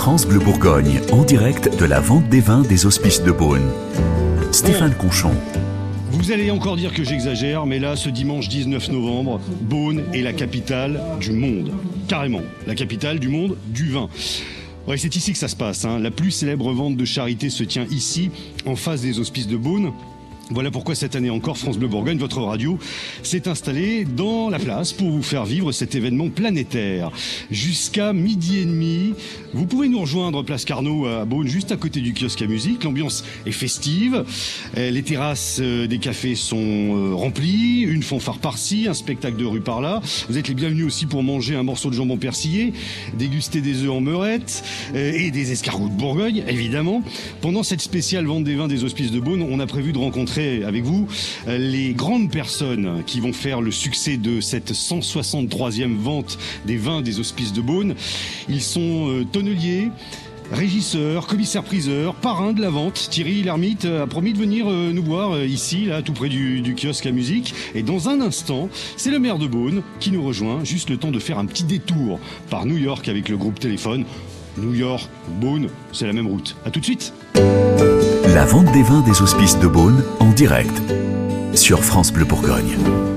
France Bleu Bourgogne, en direct de la vente des vins des Hospices de Beaune. Stéphane Conchon. Vous allez encore dire que j'exagère, mais là, ce dimanche 19 novembre, Beaune est la capitale du monde. Carrément, la capitale du monde du vin. Ouais, c'est ici que ça se passe, hein. La plus célèbre vente de charité se tient ici, en face des Hospices de Beaune. Voilà pourquoi cette année encore, France Bleu Bourgogne, votre radio, s'est installée dans la place pour vous faire vivre cet événement planétaire. Jusqu'à 12h30, vous pouvez nous rejoindre place Carnot à Beaune, juste à côté du kiosque à musique. L'ambiance est festive, les terrasses des cafés sont remplies, une fanfare par-ci, un spectacle de rue par-là. Vous êtes les bienvenus aussi pour manger un morceau de jambon persillé, déguster des œufs en meurette et des escargots de Bourgogne, évidemment. Pendant cette spéciale vente des vins des Hospices de Beaune, on a prévu de rencontrer avec vous les grandes personnes qui vont faire le succès de cette 163e vente des vins des Hospices de Beaune. Ils sont tonneliers, régisseurs, commissaires-priseurs, parrains de la vente. Thierry Lhermitte a promis de venir nous voir ici, là, tout près du kiosque à musique. Et dans un instant, c'est le maire de Beaune qui nous rejoint, juste le temps de faire un petit détour par New York avec le groupe Téléphone. New York, Beaune, c'est la même route. À tout de suite. La vente des vins des Hospices de Beaune en direct sur France Bleu Bourgogne.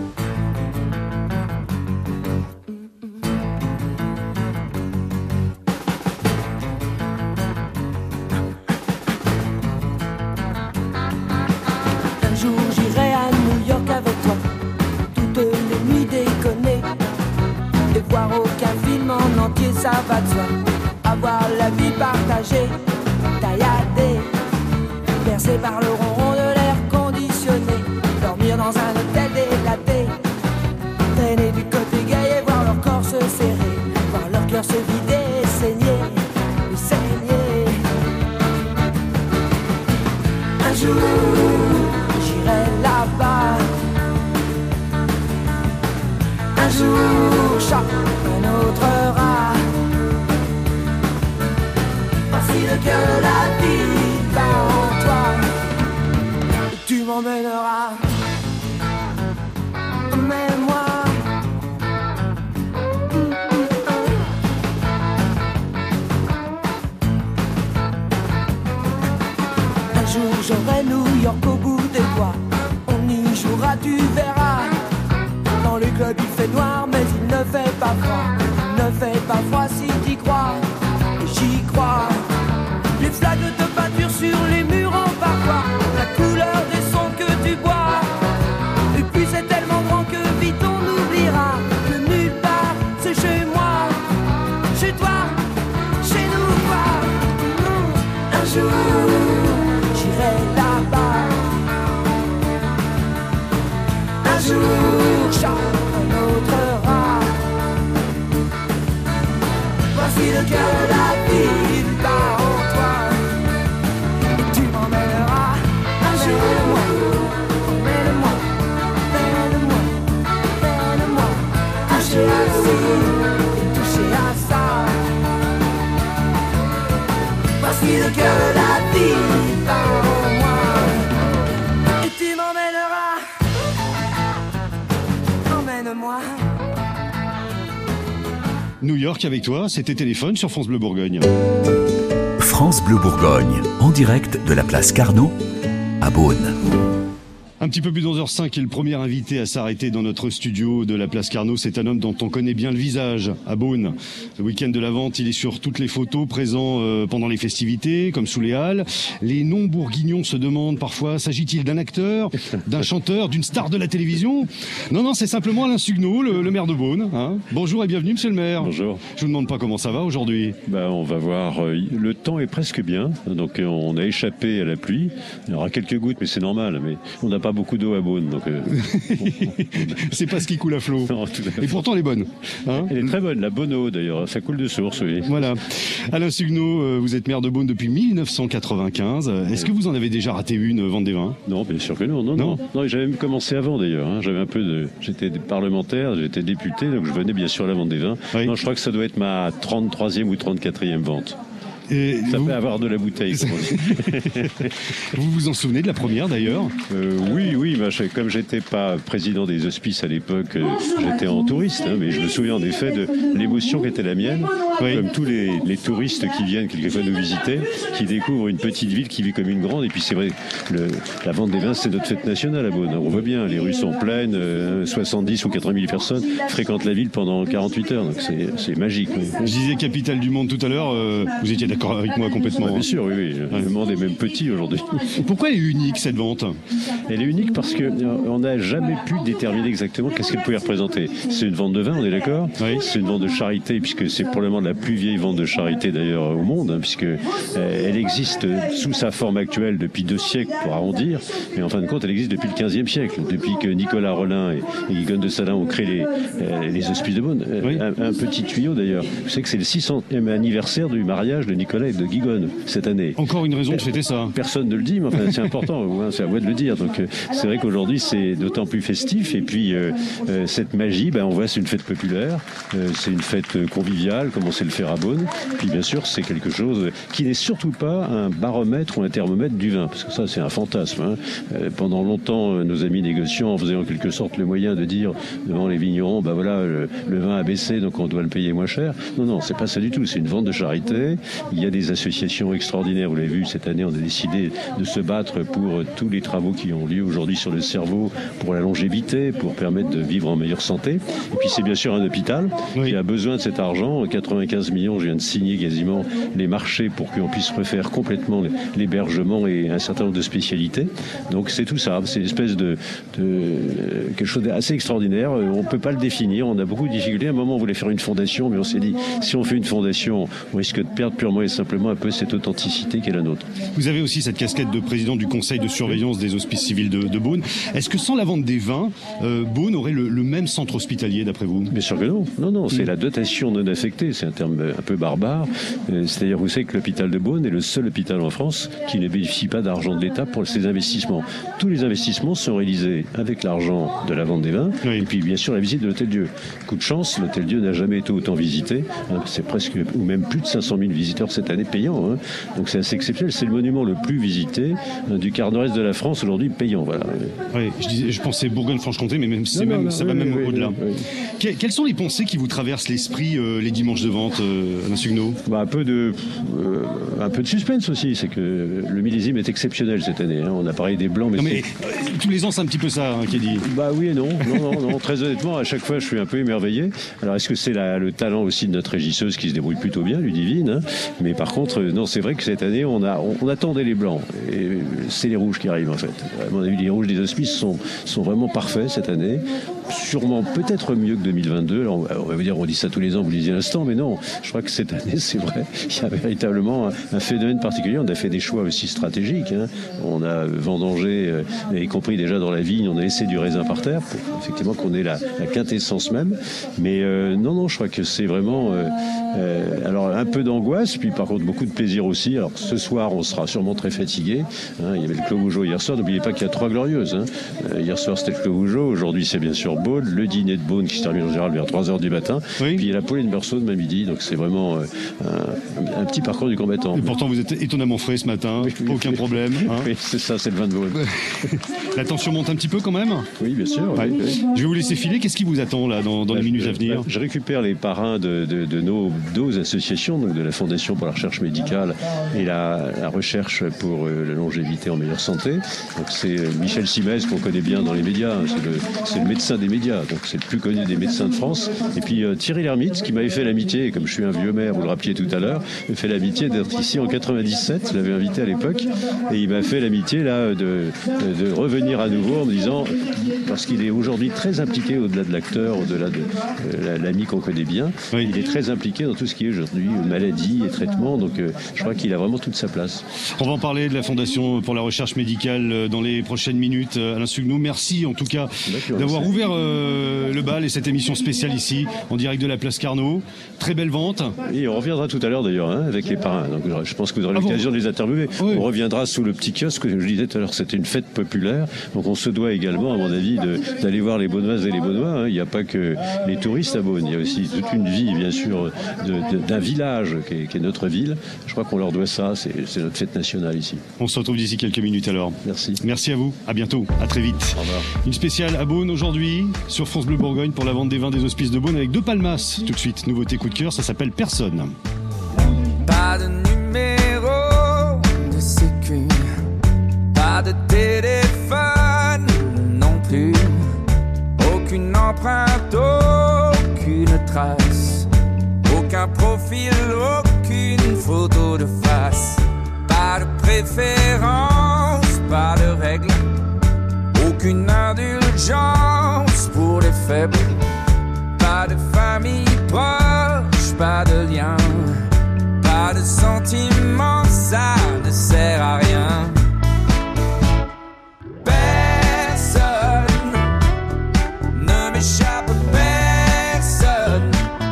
Un jour j'irai à New York avec toi, toutes les nuits déconner, et voir aucun film en entier, ça va de soi. Avoir la vie partagée, tailladée, bercé par le ronron de l'air conditionné, dormir dans un hôtel délaté, traîner du côté gay et voir leur corps se serrer, voir leur cœur se vider et saigner, et saigner. Un jour, j'irai là-bas. Un jour, chaque un autre rat. Voici le cœur de la vie bat en toi. Et tu m'emmèneras. Emmène-moi. Un jour j'aurai New York au bout des doigts. On y jouera, tu verras. Dans le club il fait noir mais il ne fait pas froid. Il ne fait pas froid si t'y crois. Et j'y crois. Les flaques de peinture sur les murs en parfois. La couleur des sons que tu bois. Et puis c'est tellement grand que vite on oubliera que nulle part c'est chez moi. Chez toi, chez nous quoi. Un jour j'irai là-bas. Un jour chaque un autre rat. Voici le cœur de la ville bat en toi. Et tu m'emmèneras un jour. Emmène-moi, emmène-moi, emmène-moi. Toucher à ci et toucher à ça. Voici le cœur de la ville bat en moi. Et tu m'emmèneras. Emmène-moi. New York avec toi, c'était Téléphone sur France Bleu Bourgogne. France Bleu Bourgogne, en direct de la place Carnot à Beaune. Un petit peu plus dans 11h05 et le premier invité à s'arrêter dans notre studio de la place Carnot, c'est un homme dont on connaît bien le visage, à Beaune. Le week-end de la vente, il est sur toutes les photos, présent pendant les festivités, comme sous les halles. Les non-bourguignons se demandent parfois, s'agit-il d'un acteur, d'un chanteur, d'une star de la télévision? Non, c'est simplement Alain Sugneau, le maire de Beaune. Hein. Bonjour et bienvenue, monsieur le maire. Bonjour. Je vous demande pas comment ça va aujourd'hui. On va voir, le temps est presque bien, donc on a échappé à la pluie. Il y aura quelques gouttes, mais c'est normal, mais on n'a pas beaucoup d'eau à Beaune, donc c'est pas ce qui coule à flot. Non, tout à fait. Et pourtant elle est bonne. Hein, elle est très bonne, la bonne eau d'ailleurs, ça coule de source, oui. Voilà. Alain Sugneau, vous êtes maire de Beaune depuis 1995. Est-ce que vous en avez déjà raté une vente des vins? Non, bien sûr que non. Non, j'avais même commencé avant d'ailleurs. Hein. J'étais parlementaire, j'étais député, donc je venais bien sûr à la vente des vins. Oui. Non, je crois que ça doit être ma 33e ou 34e vente. Ça peut avoir de la bouteille, comme on dit. Vous vous en souvenez de la première d'ailleurs? Oui. Comme j'étais pas président des hospices à l'époque, j'étais en touriste, mais je me souviens en effet de l'émotion qui était la mienne, comme tous les touristes qui viennent quelquefois nous visiter, qui découvrent une petite ville qui vit comme une grande. Et puis c'est vrai, la vente des vins, c'est notre fête nationale à Beaune. On voit bien, les rues sont pleines, 70 ou 80 000 personnes fréquentent la ville pendant 48 heures, donc c'est magique. Oui. Je disais capitale du monde tout à l'heure, vous étiez d'accord avec moi complètement? Bien sûr, oui. Le monde est même petit aujourd'hui. Pourquoi elle est unique cette vente? Elle est unique parce qu'on n'a jamais pu déterminer exactement qu'est-ce qu'elle pouvait représenter. C'est une vente de vin, on est d'accord? Oui. C'est une vente de charité, puisque c'est probablement la plus vieille vente de charité d'ailleurs au monde, puisque elle existe sous sa forme actuelle depuis 2 siècles, pour arrondir, mais en fin de compte, elle existe depuis le 15e siècle, depuis que Nicolas Rollin et Guigone de Salins ont créé les hospices de Beaune. Oui. Un petit tuyau d'ailleurs, vous savez que c'est le 600e anniversaire du mariage de Nicolas et de Guigone cette année. Encore une raison de fêter ça. Personne ne le dit, mais enfin, c'est important, c'est à moi de le dire. Donc c'est vrai qu'aujourd'hui c'est d'autant plus festif. Et puis cette magie, on voit, c'est une fête populaire, c'est une fête conviviale, comme on sait le faire à Beaune. Puis bien sûr, c'est quelque chose qui n'est surtout pas un baromètre ou un thermomètre du vin, parce que ça c'est un fantasme. Pendant longtemps, nos amis négociants en faisaient en quelque sorte le moyen de dire devant les vignerons, voilà, le vin a baissé, donc on doit le payer moins cher. Non, c'est pas ça du tout. C'est une vente de charité. Il y a des associations extraordinaires. Vous l'avez vu, cette année, on a décidé de se battre pour tous les travaux qui ont lieu aujourd'hui sur le cerveau, pour la longévité, pour permettre de vivre en meilleure santé. Et puis c'est bien sûr un hôpital qui a besoin de cet argent. 95 millions, je viens de signer quasiment les marchés pour qu'on puisse refaire complètement l'hébergement et un certain nombre de spécialités. Donc c'est tout ça. C'est une espèce de quelque chose d'assez extraordinaire. On ne peut pas le définir. On a beaucoup de difficultés. À un moment, on voulait faire une fondation, mais on s'est dit, si on fait une fondation, on risque de perdre purement et simplement un peu cette authenticité qui est la nôtre. Vous avez aussi cette casquette de président du conseil de surveillance des hospices civils de Beaune. Est-ce que sans la vente des vins, Beaune aurait le même centre hospitalier d'après vous? Bien sûr que non. Non, c'est la dotation non affectée. C'est un terme un peu barbare. C'est-à-dire, vous savez que l'hôpital de Beaune est le seul hôpital en France qui ne bénéficie pas d'argent de l'État pour ses investissements. Tous les investissements sont réalisés avec l'argent de la vente des vins et puis bien sûr la visite de l'Hôtel-Dieu. Coup de chance, l'Hôtel-Dieu n'a jamais été autant visité. C'est presque, ou même plus de 500 000 visiteurs cette année payants. Donc c'est assez exceptionnel. C'est le monument le plus visité du quart nord-est de la France aujourd'hui payant. Voilà. Oui, je pensais Bourgogne-Franche-Comté, mais ça va même au-delà. Oui. Quelles sont les pensées qui vous traversent l'esprit les dimanches de vente, Alain Sugneau? Un peu de suspense aussi. C'est que le millésime est exceptionnel cette année. On a parlé des blancs, mais tous les ans c'est un petit peu ça qui est dit. Oui et non. Non. Très honnêtement, à chaque fois je suis un peu émerveillé. Alors est-ce que c'est le talent aussi de notre régisseuse qui se débrouille plutôt bien, Ludivine, mais par contre, non, c'est vrai que cette année on attendait les blancs et c'est les rouges qui arrivent en fait. À mon avis, les rouges des hospices sont vraiment parfaits cette année. Sûrement peut-être mieux que 2022. Alors, on va vous dire, on dit ça tous les ans, vous le disiez à l'instant, mais non, je crois que cette année, c'est vrai, il y a véritablement un phénomène particulier. On a fait des choix aussi stratégiques. On a vendangé, y compris déjà dans la vigne, on a laissé du raisin par terre pour effectivement qu'on ait la quintessence même. Mais non, je crois que c'est vraiment alors un peu d'angoisse, puis par contre beaucoup de plaisir aussi. Alors ce soir, on sera sûrement très fatigué. Il y avait le Clos Vougeot hier soir. N'oubliez pas qu'il y a 3 glorieuses. Hier soir, c'était le Clos Vougeot. Aujourd'hui, c'est bien sûr Beaune, le dîner de Beaune qui se termine en général vers 3h du matin. Oui. Puis il y a la Pauline Meursault à midi. Donc c'est vraiment un petit parcours du combattant. Et pourtant, vous êtes étonnamment frais ce matin. Oui, aucun problème. Oui, c'est ça, c'est le vin de Beaune. La tension monte un petit peu quand même? Oui, bien sûr. Ouais. Oui. Je vais vous laisser filer. Qu'est-ce qui vous attend là dans les minutes à venir? Je récupère les parrains de nos 2 associations, donc de la Fondation pour la recherche médicale et la recherche pour la longévité en meilleure santé. Donc c'est Michel Simès qu'on connaît bien dans les médias. C'est le médecin des médias. Donc c'est le plus connu des médecins de France. Et puis Thierry Lhermitte qui m'avait fait l'amitié, comme je suis un vieux maire, vous le rappeliez tout à l'heure, me fait l'amitié d'être ici en 97. Je l'avais invité à l'époque et il m'a fait l'amitié là de revenir à nouveau en me disant, parce qu'il est aujourd'hui très impliqué au-delà de l'acteur, au-delà de l'ami qu'on connaît bien, oui. Il est très impliqué dans tout ce qui est aujourd'hui maladie et traitement, donc je crois qu'il a vraiment toute sa place. On va en parler de la Fondation pour la recherche médicale dans les prochaines minutes. Alain Sugneau, merci en tout cas d'avoir ouvert le bal et cette émission spéciale ici, en direct de la place Carnot. Très belle vente. Et on reviendra tout à l'heure d'ailleurs avec les parrains. Donc, je pense que vous aurez l'occasion de les interviewer. Oui. On reviendra sous le petit kiosque. Je disais tout à l'heure que c'était une fête populaire. Donc on se doit également, à mon avis, d'aller voir les Beaunoises et les Beaunois. Il n'y a pas que les touristes à Beaune. Il y a aussi toute une vie, bien sûr, d'un village qui est notre ville. Je crois qu'on leur doit ça. C'est notre fête nationale ici. On se retrouve d'ici quelques minutes alors. Merci. Merci à vous. À bientôt. À très vite. Au revoir. Une spéciale à Beaune aujourd'hui sur France Bleu Bourgogne pour la vente des vins des Hospices de Beaune avec 2 palmas. Tout de suite, nouveauté coup de cœur, ça s'appelle Personne. Pas de numéro de sécu, pas de téléphone non plus, aucune empreinte, aucune trace, aucun profil, aucune photo de face, pas de préférence, pas de règles, aucune indulgence pour les faibles, pas de famille proche, pas de lien, pas de sentiments, ça ne sert à rien. Personne ne m'échappe, personne.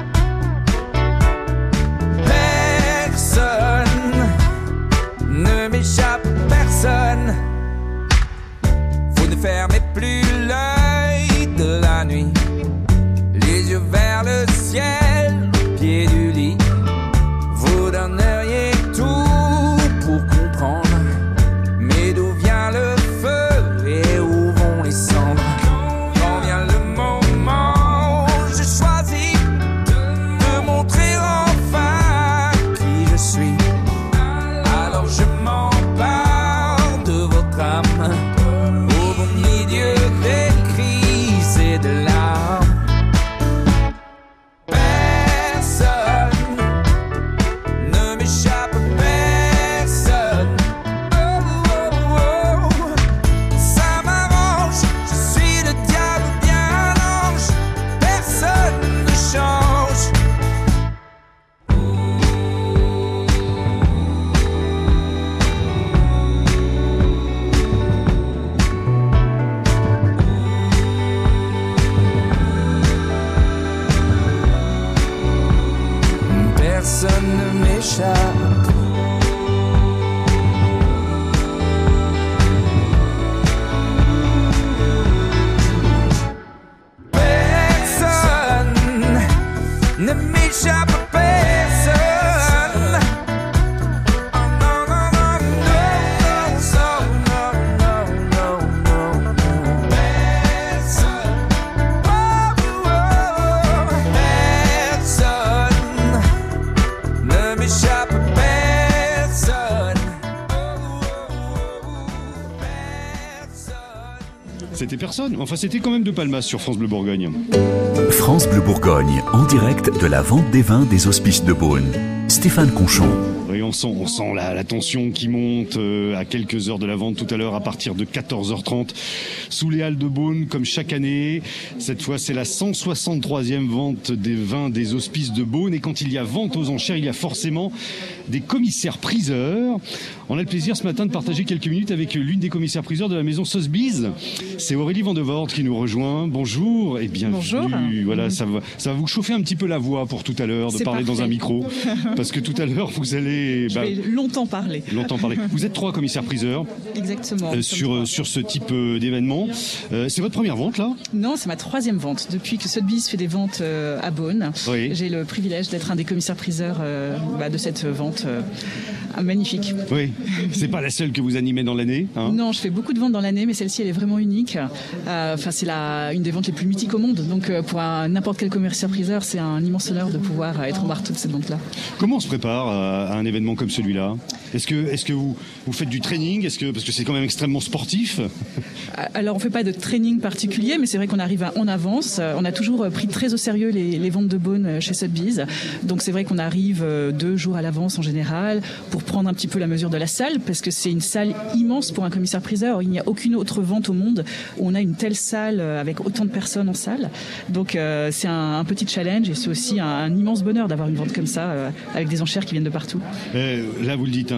Personne ne m'échappe, personne. Vous ne fermez plus l'œil de la nuit, les yeux vers le ciel, au pied du lit. Vous donneriez tout pour comprendre, mais d'où vient le feu et où vont les cendres? Quand vient le moment, je choisis de montrer enfin qui je suis. Alors je m'empare de votre âme, au beau milieu des crises et de larmes. Personne ne m'échappe. Personne ne m'échappe, personne. Oh non, non, non, non, non, non, non, non. Personne. Oh, oh, personne ne m'échappe, personne. C'était Personne. Enfin, c'était quand même 2 palmas sur France Bleu Bourgogne. France Bleu Bourgogne, en direct de la vente des vins des Hospices de Beaune. Stéphane Conchon. Oui, on sent la tension qui monte à quelques heures de la vente tout à l'heure à partir de 14h30 sous les Halles de Beaune comme chaque année. Cette fois, c'est la 163e vente des vins des Hospices de Beaune. Et quand il y a vente aux enchères, il y a forcément des commissaires-priseurs. On a le plaisir ce matin de partager quelques minutes avec l'une des commissaires-priseurs de la maison Sotheby's. C'est Aurélie Vandevort qui nous rejoint. Bonjour et bienvenue. Bonjour. Voilà, ça va vous chauffer un petit peu la voix pour tout à l'heure, de parler dans un micro. Parce que tout à l'heure, vous allez... Je vais longtemps parler. Vous êtes 3 commissaires-priseurs. Exactement. Sur ce type d'événement. C'est votre première vente, là ? Non, c'est ma 3e vente. Depuis que Sotheby's fait des ventes à Beaune, oui. J'ai le privilège d'être un des commissaires-priseurs de cette vente magnifique. Oui, c'est pas la seule que vous animez dans l'année, hein ? Non, je fais beaucoup de ventes dans l'année, mais celle-ci, elle est vraiment unique. C'est une des ventes les plus mythiques au monde. Donc, pour n'importe quel commissaire-priseur, c'est un immense honneur de pouvoir être au marteau de cette vente-là. Comment on se prépare à un événement comme celui-là ? Est-ce que vous faites du training ? Parce que c'est quand même extrêmement sportif. Alors, on fait pas de training particulier, mais c'est vrai qu'on arrive en avance. On a toujours pris très au sérieux les ventes de Beaune chez Sotheby's. Donc, c'est vrai qu'on arrive 2 jours à l'avance en général pour prendre un petit peu la mesure de la salle, parce que c'est une salle immense pour un commissaire-priseur. Il n'y a aucune autre vente au monde où on a une telle salle avec autant de personnes en salle. Donc, c'est un petit challenge et c'est aussi un immense bonheur d'avoir une vente comme ça avec des enchères qui viennent de partout. Là, vous le dites,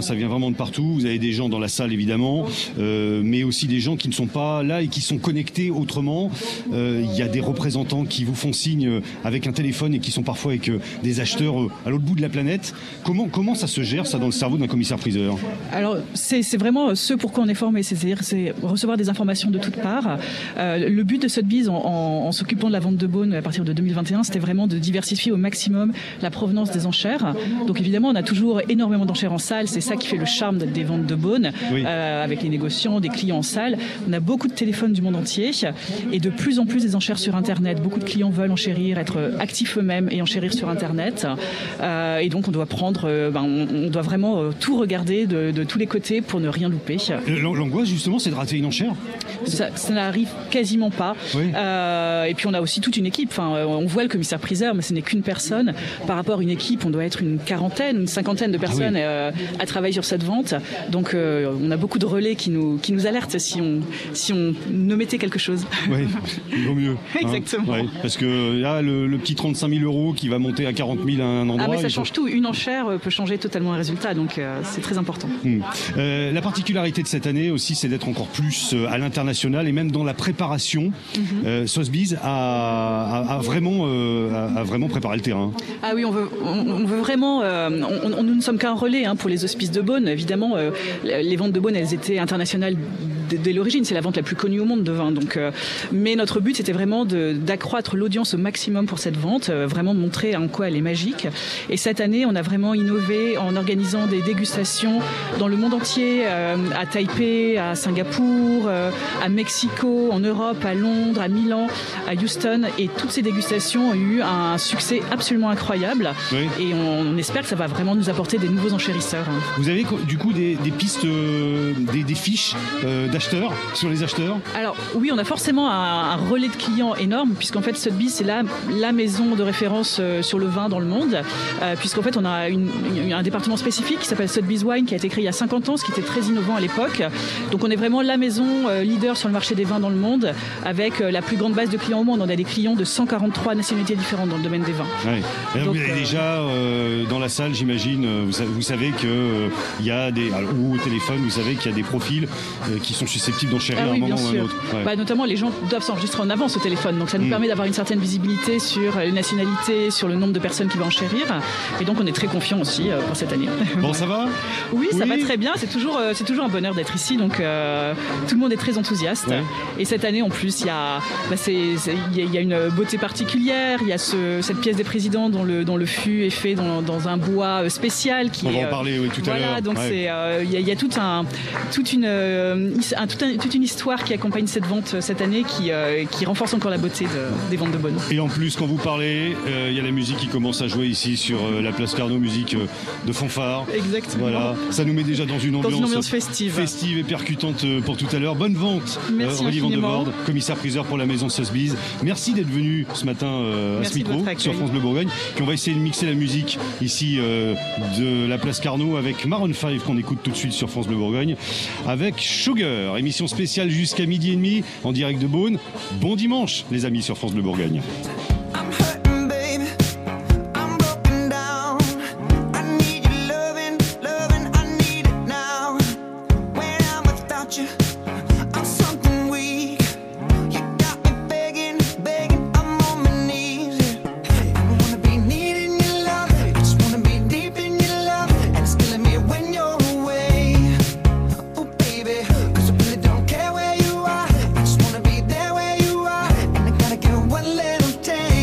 ça vient vraiment de partout. Vous avez des gens dans la salle évidemment, mais aussi des gens qui ne sont pas là et qui sont connectés autrement. Il y a des représentants qui vous font signe avec un téléphone et qui sont parfois avec des acheteurs à l'autre bout de la planète. Comment ça se gère ça dans le cerveau d'un commissaire-priseur? Alors c'est vraiment ce pourquoi on est formé, c'est-à-dire c'est recevoir des informations de toutes parts. Le but de Sotheby's en s'occupant de la vente de Beaune à partir de 2021, c'était vraiment de diversifier au maximum la provenance des enchères. Donc évidemment, on a toujours énormément d'enchères en salle, c'est ça qui fait le charme des ventes de Beaune, oui. Avec les négociants, des clients en salle. On a beaucoup de téléphones du monde entier et de plus en plus des enchères sur Internet. Beaucoup de clients veulent enchérir, être actifs eux-mêmes et enchérir sur Internet. Et donc on doit on doit vraiment tout regarder de tous les côtés pour ne rien louper. L'angoisse justement, c'est de rater une enchère? Ça n'arrive quasiment pas. Oui. Et puis on a aussi toute une équipe. Enfin, on voit le commissaire-priseur, mais ce n'est qu'une personne. Par rapport à une équipe, on doit être une quarantaine, une cinquantaine de personnes à travailler sur cette vente. Donc on a beaucoup de relais qui nous alertent si on omettait quelque chose. Oui, il vaut mieux. Exactement. Hein, parce que là, le petit 35 000 € qui va monter à 40 000 à un endroit... Ah mais ça change tout. Une enchère peut changer totalement un résultat, donc c'est très important. La particularité de cette année aussi, c'est d'être encore plus à l'international et même dans la préparation. Sotheby's a vraiment préparé le terrain. Ah oui, on veut vraiment... nous ne sommes qu'un relais pour les hospices de Beaune. Évidemment, les ventes de Beaune, elles étaient internationales dès l'origine. C'est la vente la plus connue au monde de vin. Donc, mais notre but, c'était vraiment d'accroître l'audience au maximum pour cette vente, vraiment montrer en quoi elle est magique. Et cette année, on a vraiment innové en organisant des dégustations dans le monde entier, à Taipei, à Singapour, à Mexico, en Europe, à Londres, à Milan, à Houston. Et toutes ces dégustations ont eu un succès absolument incroyable. Oui. Et on espère que ça va vraiment nous apporter des nouveaux enchérisseurs. Vous avez du coup des pistes, des fiches d'acheteurs sur les acheteurs? Alors oui, on a forcément un relais de clients énorme, puisqu'en fait Sotheby's c'est la maison de référence sur le vin dans le monde, puisqu'en fait on a un département spécifique qui s'appelle Sotheby's Wine, qui a été créé il y a 50 ans, ce qui était très innovant à l'époque. Donc on est vraiment la maison leader sur le marché des vins dans le monde, avec la plus grande base de clients au monde. On a des clients de 143 nationalités différentes dans le domaine des vins. Oui. Donc, vous avez déjà dans la salle, j'imagine, vous savez que il y a ou au téléphone, vous savez qu'il y a des profils qui sont susceptibles d'enchérir à un moment ou à un autre. Ouais. Notamment, les gens doivent s'enregistrer en avance au téléphone, donc ça nous permet d'avoir une certaine visibilité sur les nationalités, sur le nombre de personnes qui vont enchérir. Et donc on est très confiants aussi pour cette année. Bon, ça va? Oui, ça va très bien. C'est toujours un bonheur d'être ici, donc tout le monde est très enthousiaste. Ouais. Et cette année, en plus, il y a une beauté particulière. Il y a cette pièce des présidents dont le fût est fait dans un bois spécial. On va en parler tout à l'heure. Donc il y a toute une histoire qui accompagne cette vente cette année qui renforce encore la beauté des ventes de Beaune. Et en plus, quand vous parlez, il y a la musique qui commence à jouer ici sur la place Carnot, musique de fanfare. Exactement. Voilà, ça nous met déjà dans une ambiance festive et percutante pour tout à l'heure. Bonne vente, Aurélie Vandevorde, commissaire-priseur pour la maison Sotheby's. Merci d'être venu ce matin à ce micro sur France Bleu Bourgogne. Puis on va essayer de mixer la musique ici de la place Carnot avec Maroon 5 qu'on écoute tout de suite sur France Bleu Bourgogne avec Sugar, émission spéciale jusqu'à 12h30 en direct de Beaune. Bon dimanche les amis sur France Bleu Bourgogne. One little time.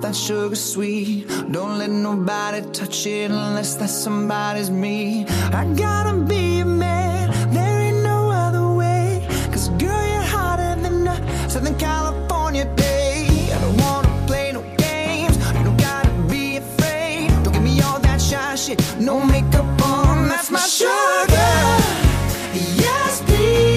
that sugar sweet. Don't let nobody touch it unless that somebody's me. I gotta be a man, there ain't no other way. 'Cause girl, you're hotter than a Southern California day. I don't wanna play no games, you don't gotta be afraid. Don't give me all that shy shit, no makeup on, that's my sugar. Yes, please.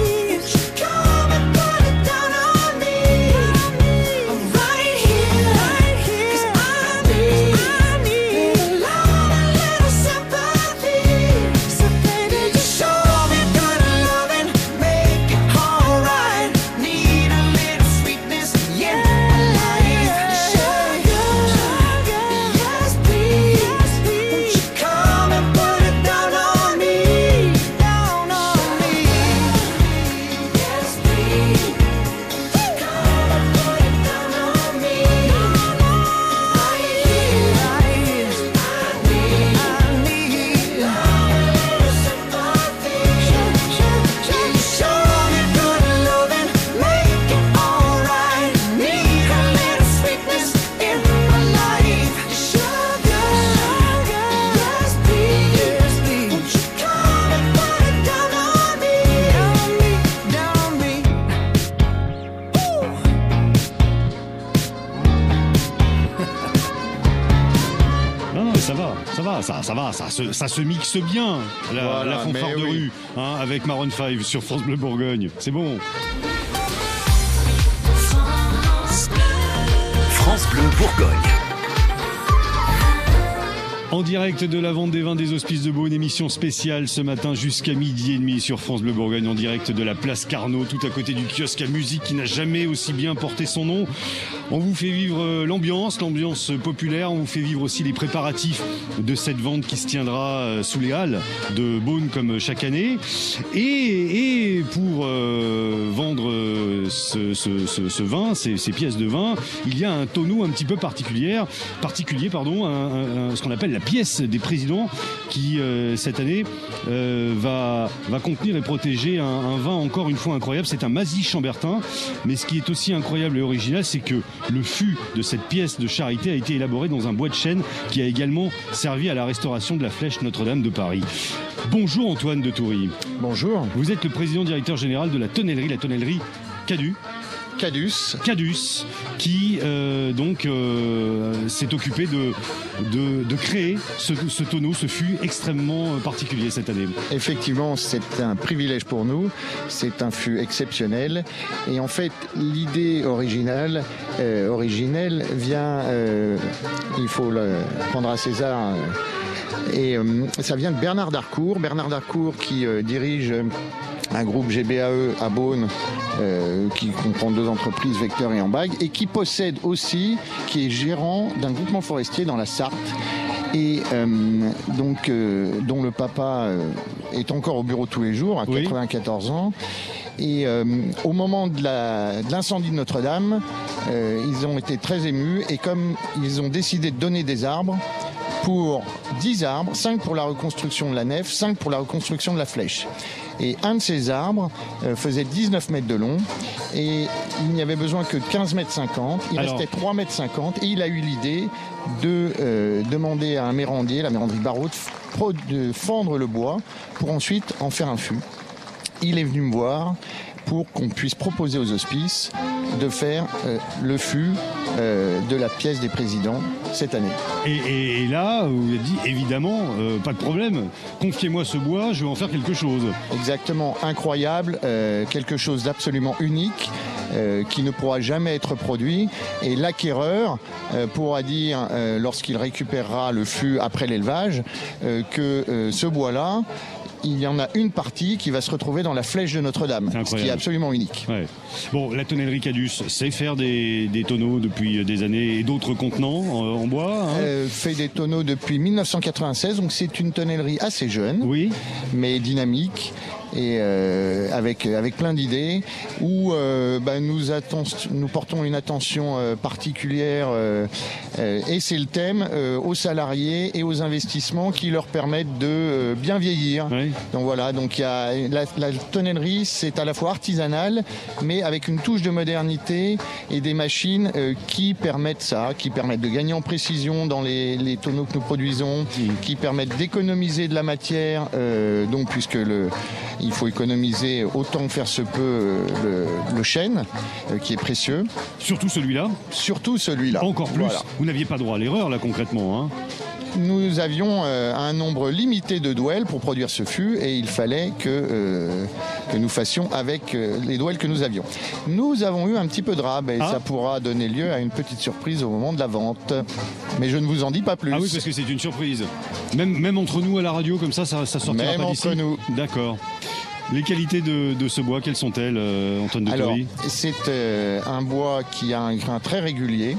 Ça se mixe bien, voilà, la fanfare de rue, hein, avec Maroon 5 sur France Bleu Bourgogne. C'est bon. France Bleu Bourgogne. En direct de la vente des vins des Hospices de Beaune, émission spéciale ce matin jusqu'à 12h30 sur France Bleu Bourgogne, en direct de la place Carnot, tout à côté du kiosque à musique qui n'a jamais aussi bien porté son nom. On vous fait vivre l'ambiance populaire, on vous fait vivre aussi les préparatifs de cette vente qui se tiendra sous les halles de Beaune comme chaque année. Et pour vendre ce vin, ces pièces de vin, il y a un tonneau un petit peu particulier, ce qu'on appelle la pièce des présidents qui cette année va contenir et protéger un vin encore une fois incroyable. C'est un Mazy Chambertin, mais ce qui est aussi incroyable et original, c'est que le fût de cette pièce de charité a été élaboré dans un bois de chêne qui a également servi à la restauration de la flèche Notre-Dame de Paris. Bonjour Antoine de Toury. Bonjour. Vous êtes le président directeur général de la tonnellerie Cadus, qui s'est occupé de créer ce tonneau, ce fût extrêmement particulier cette année. Effectivement, c'est un privilège pour nous, c'est un fût exceptionnel, et en fait l'idée originelle vient, il faut le prendre à César, et ça vient de Bernard Darcourt qui dirige un groupe GBAE à Beaune, qui comprend 2 entreprises, Vecteur et Ambag, et qui est gérant d'un groupement forestier dans la Sarthe, et dont le papa est encore au bureau tous les jours, à 94 ans. Et au moment de l'incendie de Notre-Dame, ils ont été très émus, et comme ils ont décidé de donner des arbres, pour 10 arbres, 5 pour la reconstruction de la nef, 5 pour la reconstruction de la flèche. Et un de ces arbres faisait 19 mètres de long, et il n'y avait besoin que de 15 mètres 50. Il restait 3 mètres 50, et il a eu l'idée de demander à un mérandier, la méranderie Barraud, de fendre le bois pour ensuite en faire un fût. Il est venu me voir pour qu'on puisse proposer aux hospices de faire le fût de la pièce des présidents cette année. Et là, vous avez dit, évidemment, pas de problème, confiez-moi ce bois, je vais en faire quelque chose. Exactement, incroyable, quelque chose d'absolument unique, qui ne pourra jamais être produit, et l'acquéreur pourra dire, lorsqu'il récupérera le fût après l'élevage, que ce bois-là, il y en a une partie qui va se retrouver dans la flèche de Notre-Dame, ce qui est absolument unique. Ouais. Bon, la tonnellerie Cadus sait faire des tonneaux depuis des années et d'autres contenants en bois. Fait des tonneaux depuis 1996, donc c'est une tonnellerie assez jeune, oui, mais dynamique. et avec plein d'idées où nous portons une attention particulière et c'est le thème aux salariés et aux investissements qui leur permettent de bien vieillir. Oui. Donc voilà, donc il y a la tonnellerie, c'est à la fois artisanal mais avec une touche de modernité et des machines qui permettent de gagner en précision dans les tonneaux que nous produisons, qui permettent d'économiser de la matière, donc puisque il faut économiser autant que faire se peut le chêne, qui est précieux. Surtout celui-là. Encore plus. Voilà. Vous n'aviez pas droit à l'erreur là concrètement, hein. Nous avions un nombre limité de douelles pour produire ce fût et il fallait que nous fassions avec les douelles que nous avions. Nous avons eu un petit peu de rab et ça pourra donner lieu à une petite surprise au moment de la vente. Mais je ne vous en dis pas plus. Ah oui, parce que c'est une surprise. Même entre nous à la radio, comme ça sortira même pas d'ici. Même entre nous. D'accord. Les qualités de ce bois, quelles sont-elles, Antoine de Toury ? C'est un bois qui a un grain très régulier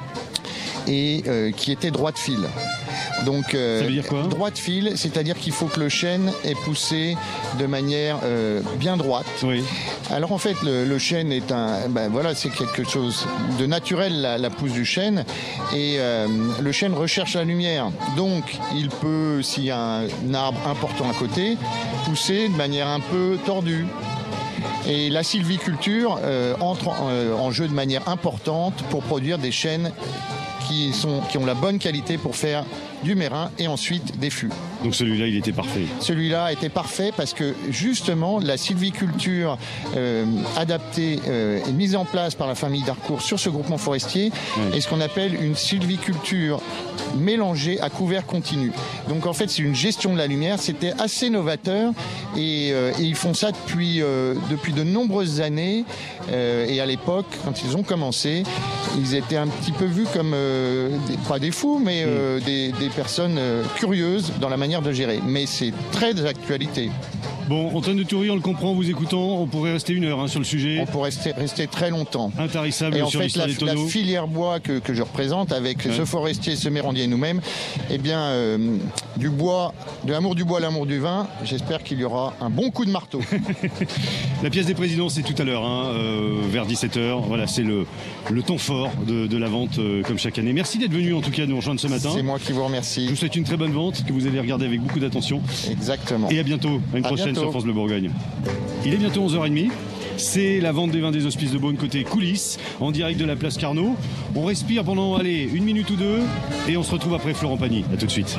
et qui était droit de fil. Donc, ça veut dire quoi ? Droit de fil, c'est-à-dire qu'il faut que le chêne est poussé de manière bien droite. Oui. Alors en fait, le chêne est c'est quelque chose de naturel, la pousse du chêne, et le chêne recherche la lumière. Donc, il peut, s'il y a un arbre important à côté, pousser de manière un peu tordue. Et la sylviculture entre en jeu de manière importante pour produire des chênes qui ont la bonne qualité pour faire du mérin et ensuite des fûts. Donc celui-là, il était parfait. Celui-là était parfait parce que justement, la sylviculture adaptée et mise en place par la famille d'Harcourt sur ce groupement forestier est ce qu'on appelle une sylviculture mélangée à couvert continu. Donc en fait, c'est une gestion de la lumière. C'était assez novateur et ils font ça depuis de nombreuses années. Et à l'époque, quand ils ont commencé, ils étaient un petit peu vus comme pas des fous, mais des personnes curieuses dans la manière de gérer. Mais c'est très d'actualité. Bon, Antoine de Toury, on le comprend, vous écoutant, on pourrait rester 1 heure sur le sujet. On pourrait rester très longtemps. Intarissable sur l'histoire des tonneaux. La filière bois que je représente avec ce forestier, ce mérandier et nous-mêmes, eh bien, de l'amour du bois à l'amour du vin, j'espère qu'il y aura un bon coup de marteau. La pièce des présidents, c'est tout à l'heure, vers 17h. Voilà, c'est le temps fort de la vente, comme chaque année. Merci d'être venu, en tout cas, nous rejoindre ce matin. C'est moi qui vous remercie. Je vous souhaite une très bonne vente, que vous allez regarder avec beaucoup d'attention. Exactement. Et à bientôt, à une prochaine sur France Bleu Bourgogne. Il est bientôt 11h30. C'est la vente des vins des Hospices de Beaune côté coulisses, en direct de la place Carnot. On respire pendant, 1 minute ou 2, et on se retrouve après Florent Pagny. À tout de suite.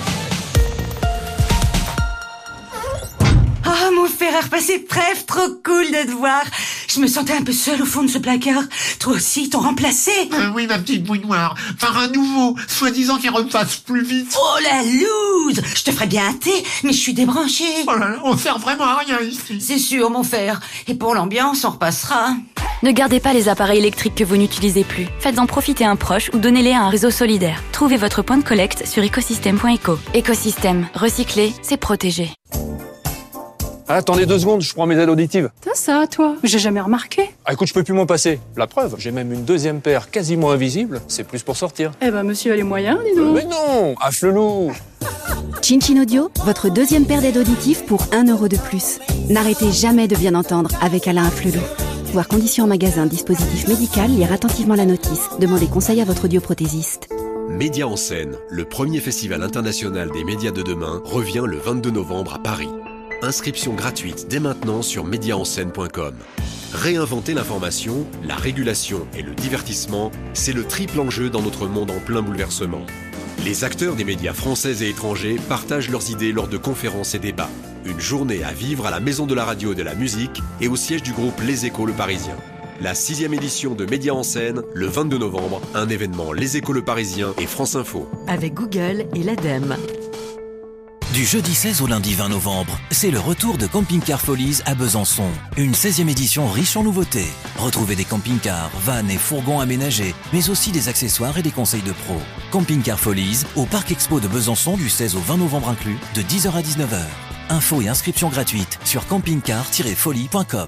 Oh, mon fer à repasser bref, trop cool de te voir. Je me sentais un peu seule au fond de ce placard. Toi aussi, t'ont remplacé. Oui, ma petite bouille noire. Par un nouveau, soi-disant qui repasse plus vite. Oh, la loose. Je te ferais bien un thé, mais je suis débranchée. Oh là là, on sert vraiment à rien ici. C'est sûr, mon fer. Et pour l'ambiance, on repassera. Ne gardez pas les appareils électriques que vous n'utilisez plus. Faites-en profiter un proche ou donnez-les à un réseau solidaire. Trouvez votre point de collecte sur écosystème.eco. Écosystème, recycler, c'est protéger. Attendez 2 secondes, je prends mes aides auditives. T'as ça, toi? J'ai jamais remarqué. Ah, écoute, je peux plus m'en passer. La preuve, j'ai même une 2e paire quasiment invisible. C'est plus pour sortir. Eh ben, monsieur a les moyens, dis donc. Mais non, à Flelou. Chin Audio, votre 2e paire d'aides auditives pour 1 € de plus. N'arrêtez jamais de bien entendre avec Alain Flelou. Voir conditions en magasin, dispositif médical, lire attentivement la notice. Demandez conseil à votre audioprothésiste. Médias en scène, le premier festival international des médias de demain, revient le 22 novembre à Paris. Inscription gratuite dès maintenant sur mediaenscène.com. Réinventer l'information, la régulation et le divertissement, c'est le triple enjeu dans notre monde en plein bouleversement. Les acteurs des médias français et étrangers partagent leurs idées lors de conférences et débats. Une journée à vivre à la Maison de la Radio et de la Musique et au siège du groupe Les Échos Le Parisien. La 6e édition de Médias en scène, le 22 novembre, un événement Les Échos Le Parisien et France Info. Avec Google et l'ADEME. Du jeudi 16 au lundi 20 novembre, c'est le retour de Camping Car Folies à Besançon. Une 16e édition riche en nouveautés. Retrouvez des camping-cars, vannes et fourgons aménagés, mais aussi des accessoires et des conseils de pros. Camping Car Folies au Parc Expo de Besançon du 16 au 20 novembre inclus, de 10h à 19h. Infos et inscriptions gratuites sur campingcar-folie.com.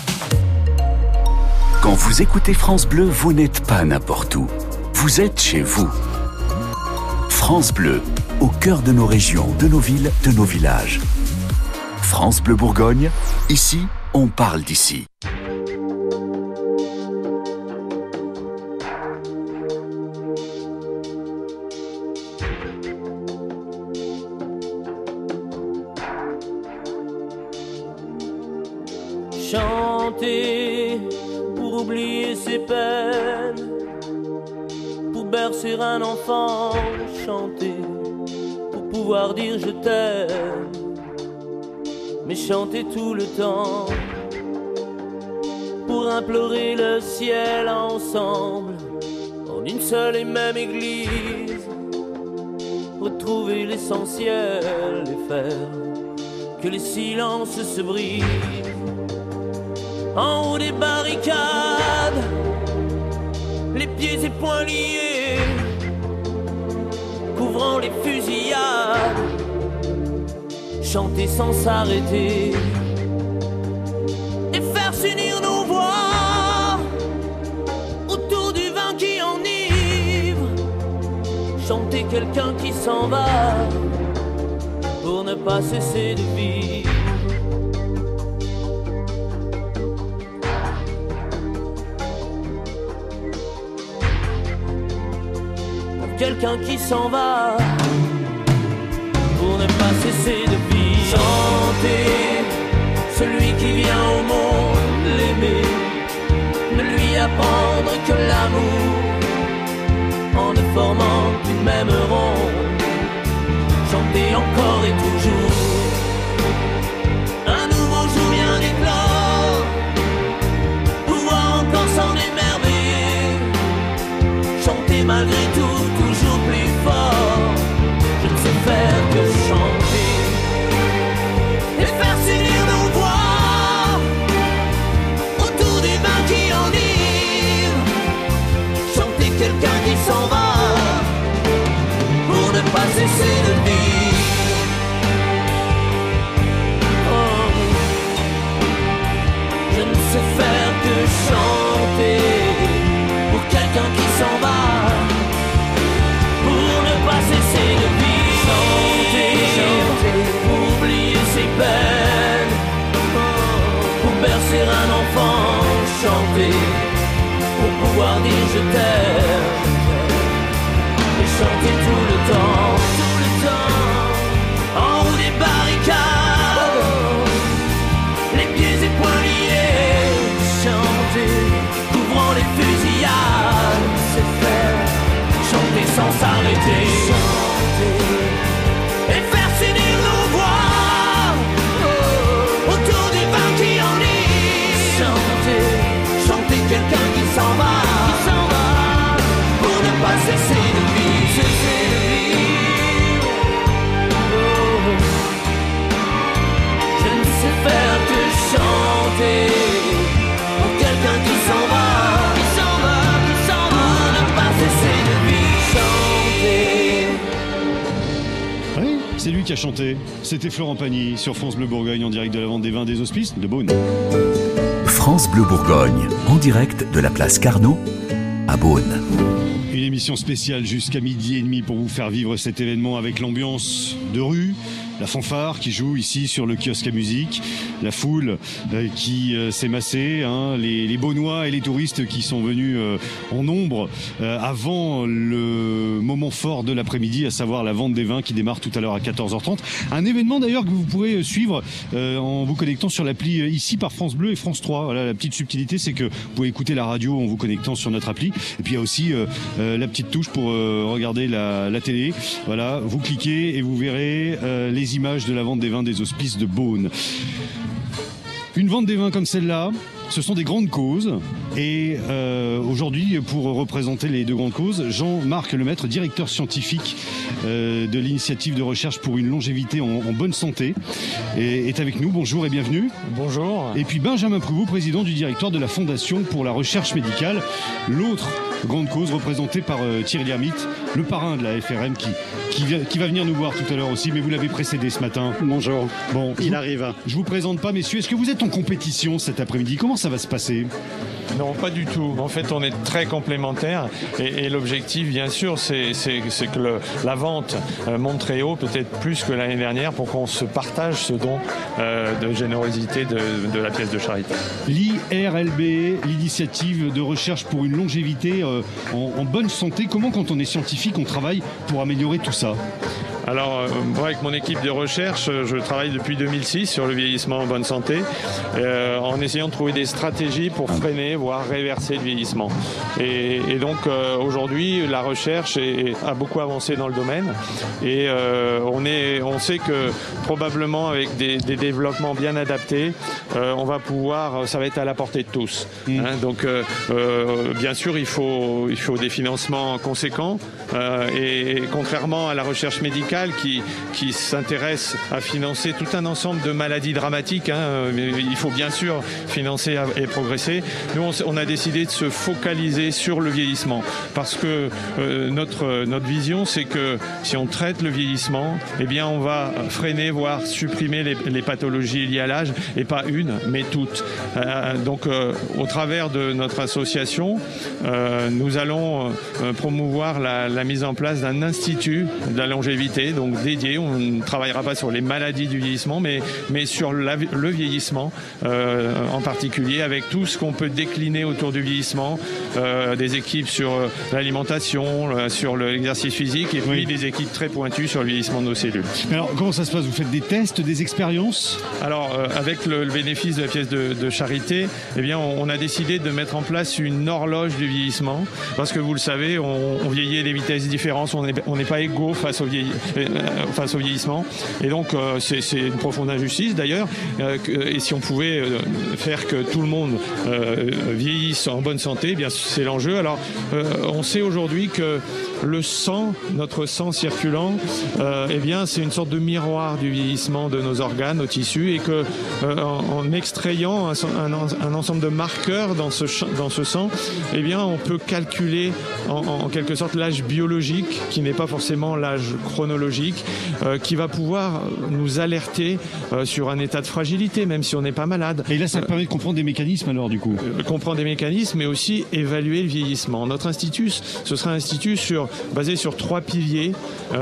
Quand vous écoutez France Bleu, vous n'êtes pas n'importe où. Vous êtes chez vous. France Bleu, au cœur de nos régions, de nos villes, de nos villages. France Bleu Bourgogne, ici, on parle d'ici. Chanter pour oublier ses peines, pour bercer un enfant, chanter pour pouvoir dire je t'aime, mais chanter tout le temps pour implorer le ciel ensemble en une seule et même église, retrouver l'essentiel et faire que les silences se brisent. En haut des barricades, les pieds et poings liés, couvrant les fusillades, chanter sans s'arrêter et faire s'unir nos voix autour du vin qui enivre, chanter quelqu'un qui s'en va pour ne pas cesser de vivre. Quelqu'un qui s'en va pour ne pas cesser de vivre. Chanter celui qui vient au monde, l'aimer, ne lui apprendre que l'amour en ne formant qu'une même ronde. Chanter encore et toujours, un nouveau jour vient d'éclore, pouvoir encore s'en émerveiller, chanter malgré tout. Je ne sais faire que chanter et faire s'unir nos voix autour du vin qui enivre, chanter quelqu'un qui s'en va pour ne pas cesser de vivre. Oh, je ne sais faire que chanter pour quelqu'un qui s'en va. Cesser de vivre, chanter, pour oublier ses peines, pour bercer un enfant, chanter, pour pouvoir dire je t'aime, et chanter tout le temps, en haut des barricades, les pieds et poings liés, chanter, couvrant les fusillades, c'est faire, chanter sans s'arrêter. Et faire s'unir nos voix autour du vin qui enivre. Chanter, chanter quelqu'un qui s'en va pour ne pas cesser de vivre. Oh, je ne sais faire que chanter pour quelqu'un qui s'en va, pour ne pas cesser de vivre. Oui, c'est lui qui a chanté. C'était Florent Pagny sur France Bleu Bourgogne en direct de la vente des vins des Hospices de Beaune. France Bleu Bourgogne, en direct de la place Carnot à Beaune. Une émission spéciale jusqu'à 12h30 pour vous faire vivre cet événement avec l'ambiance de rue, la fanfare qui joue ici sur le kiosque à musique, la foule qui s'est massée, hein, les Beaunois et les touristes qui sont venus en nombre avant le moment fort de l'après-midi, à savoir la vente des vins qui démarre tout à l'heure à 14h30. Un événement d'ailleurs que vous pourrez suivre en vous connectant sur l'appli ici par France Bleu et France 3. Voilà, la petite subtilité, c'est que vous pouvez écouter la radio en vous connectant sur notre appli. Et puis il y a aussi la petite touche pour regarder la télé. Voilà, vous cliquez et vous verrez les images de la vente des vins des Hospices de Beaune. Une vente des vins comme celle-là, ce sont des grandes causes. Et aujourd'hui, pour représenter les deux grandes causes, Jean-Marc Lemaître, directeur scientifique de l'initiative de recherche pour une longévité en bonne santé, est avec nous. Bonjour et bienvenue. Bonjour. Et puis Benjamin Pruvot, président du directoire de la Fondation pour la recherche médicale, l'autre grande cause représentée par Thierry Lhermitte, le parrain de la FRM qui va venir nous voir tout à l'heure aussi, mais vous l'avez précédé ce matin. Bonjour. Bon, il arrive. Je vous présente pas, messieurs. Est-ce que vous êtes en compétition cet après-midi? Comment ça va se passer? Non, pas du tout. En fait, on est très complémentaires et l'objectif, bien sûr, c'est que la vente monte très haut, peut-être plus que l'année dernière, pour qu'on se partage ce don de générosité de la pièce de charité. L'IRLB, l'initiative de recherche pour une longévité en bonne santé. Comment, quand on est scientifique, on travaille pour améliorer tout ça ? Alors, moi, avec mon équipe de recherche, je travaille depuis 2006 sur le vieillissement en bonne santé, en essayant de trouver des stratégies pour freiner, voire réverser le vieillissement. Et donc, aujourd'hui, la recherche a beaucoup avancé dans le domaine. Et on sait que probablement, avec des développements bien adaptés, on va pouvoir, ça va être à la portée de tous. Hein, donc, bien sûr, il faut des financements conséquents. Et contrairement à la recherche médicale, qui s'intéresse à financer tout un ensemble de maladies dramatiques. Il faut bien sûr financer et progresser. Nous, on a décidé de se focaliser sur le vieillissement parce que notre vision, c'est que si on traite le vieillissement, eh bien, on va freiner, voire supprimer les pathologies liées à l'âge, et pas une, mais toutes. Donc, au travers de notre association, nous allons promouvoir la mise en place d'un institut de la longévité, donc dédié. On ne travaillera pas sur les maladies du vieillissement, mais sur le vieillissement en particulier, avec tout ce qu'on peut décliner autour du vieillissement, des équipes sur l'alimentation, sur l'exercice physique, et puis des équipes très pointues sur le vieillissement de nos cellules. Alors, comment ça se passe ? Vous faites des tests, des expériences ? Alors, avec le bénéfice de la pièce de charité, eh bien, on a décidé de mettre en place une horloge du vieillissement, parce que vous le savez, on vieillit à des vitesses différentes, on n'est pas égaux face au vieillissement, et donc c'est une profonde injustice d'ailleurs, et si on pouvait faire que tout le monde vieillisse en bonne santé, eh bien c'est l'enjeu. Alors on sait aujourd'hui que le sang, notre sang circulant, eh bien c'est une sorte de miroir du vieillissement de nos organes, nos tissus, et que en extrayant un ensemble de marqueurs dans ce sang, eh bien on peut calculer en quelque sorte l'âge biologique, qui n'est pas forcément l'âge chronologique, qui va pouvoir nous alerter sur un état de fragilité, même si on n'est pas malade. Et là, ça permet de comprendre des mécanismes alors, du coup. Comprendre des mécanismes, mais aussi évaluer le vieillissement. Notre institut, ce sera un institut basé sur 3 piliers.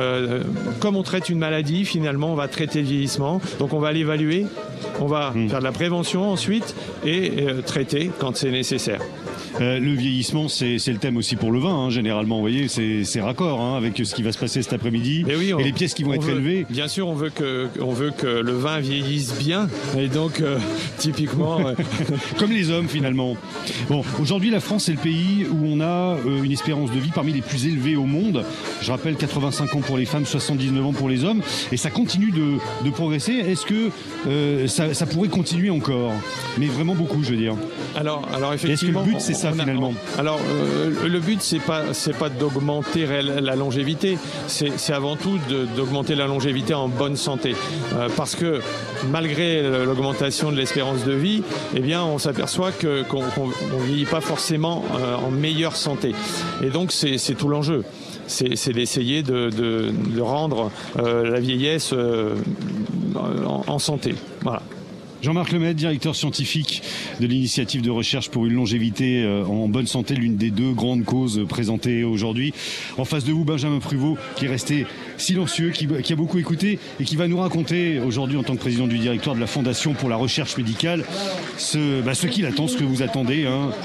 Comme on traite une maladie, finalement, on va traiter le vieillissement. Donc on va l'évaluer, on va faire de la prévention ensuite, et traiter quand c'est nécessaire. Le vieillissement, c'est le thème aussi pour le vin, hein, généralement. Vous voyez, c'est raccord avec ce qui va se passer cet après-midi, et les pièces qui vont être élevées. Bien sûr, on veut que le vin vieillisse bien, et donc typiquement... Comme les hommes, finalement. Bon, aujourd'hui, la France est le pays où on a une espérance de vie parmi les plus élevées au monde. Je rappelle, 85 ans pour les femmes, 79 ans pour les hommes, et ça continue de progresser. Est-ce que ça pourrait continuer encore ? Mais vraiment beaucoup, je veux dire. Alors effectivement... Est-ce que le but, c'est ça, finalement ? Alors, le but, c'est pas d'augmenter la longévité, c'est avant tout d'augmenter la longévité en bonne santé. Parce que, malgré l'augmentation de l'espérance de vie, eh bien, on s'aperçoit qu'on ne vieillit pas forcément en meilleure santé. Et donc, c'est tout l'enjeu. C'est d'essayer de rendre la vieillesse en santé. Voilà. Jean-Marc Lemaitre, directeur scientifique de l'initiative de recherche pour une longévité en bonne santé, l'une des 2 grandes causes présentées aujourd'hui. En face de vous, Benjamin Pruvot, qui est resté silencieux, qui a beaucoup écouté et qui va nous raconter aujourd'hui, en tant que président du directoire de la Fondation pour la recherche médicale, ce qu'il attend, ce que vous attendez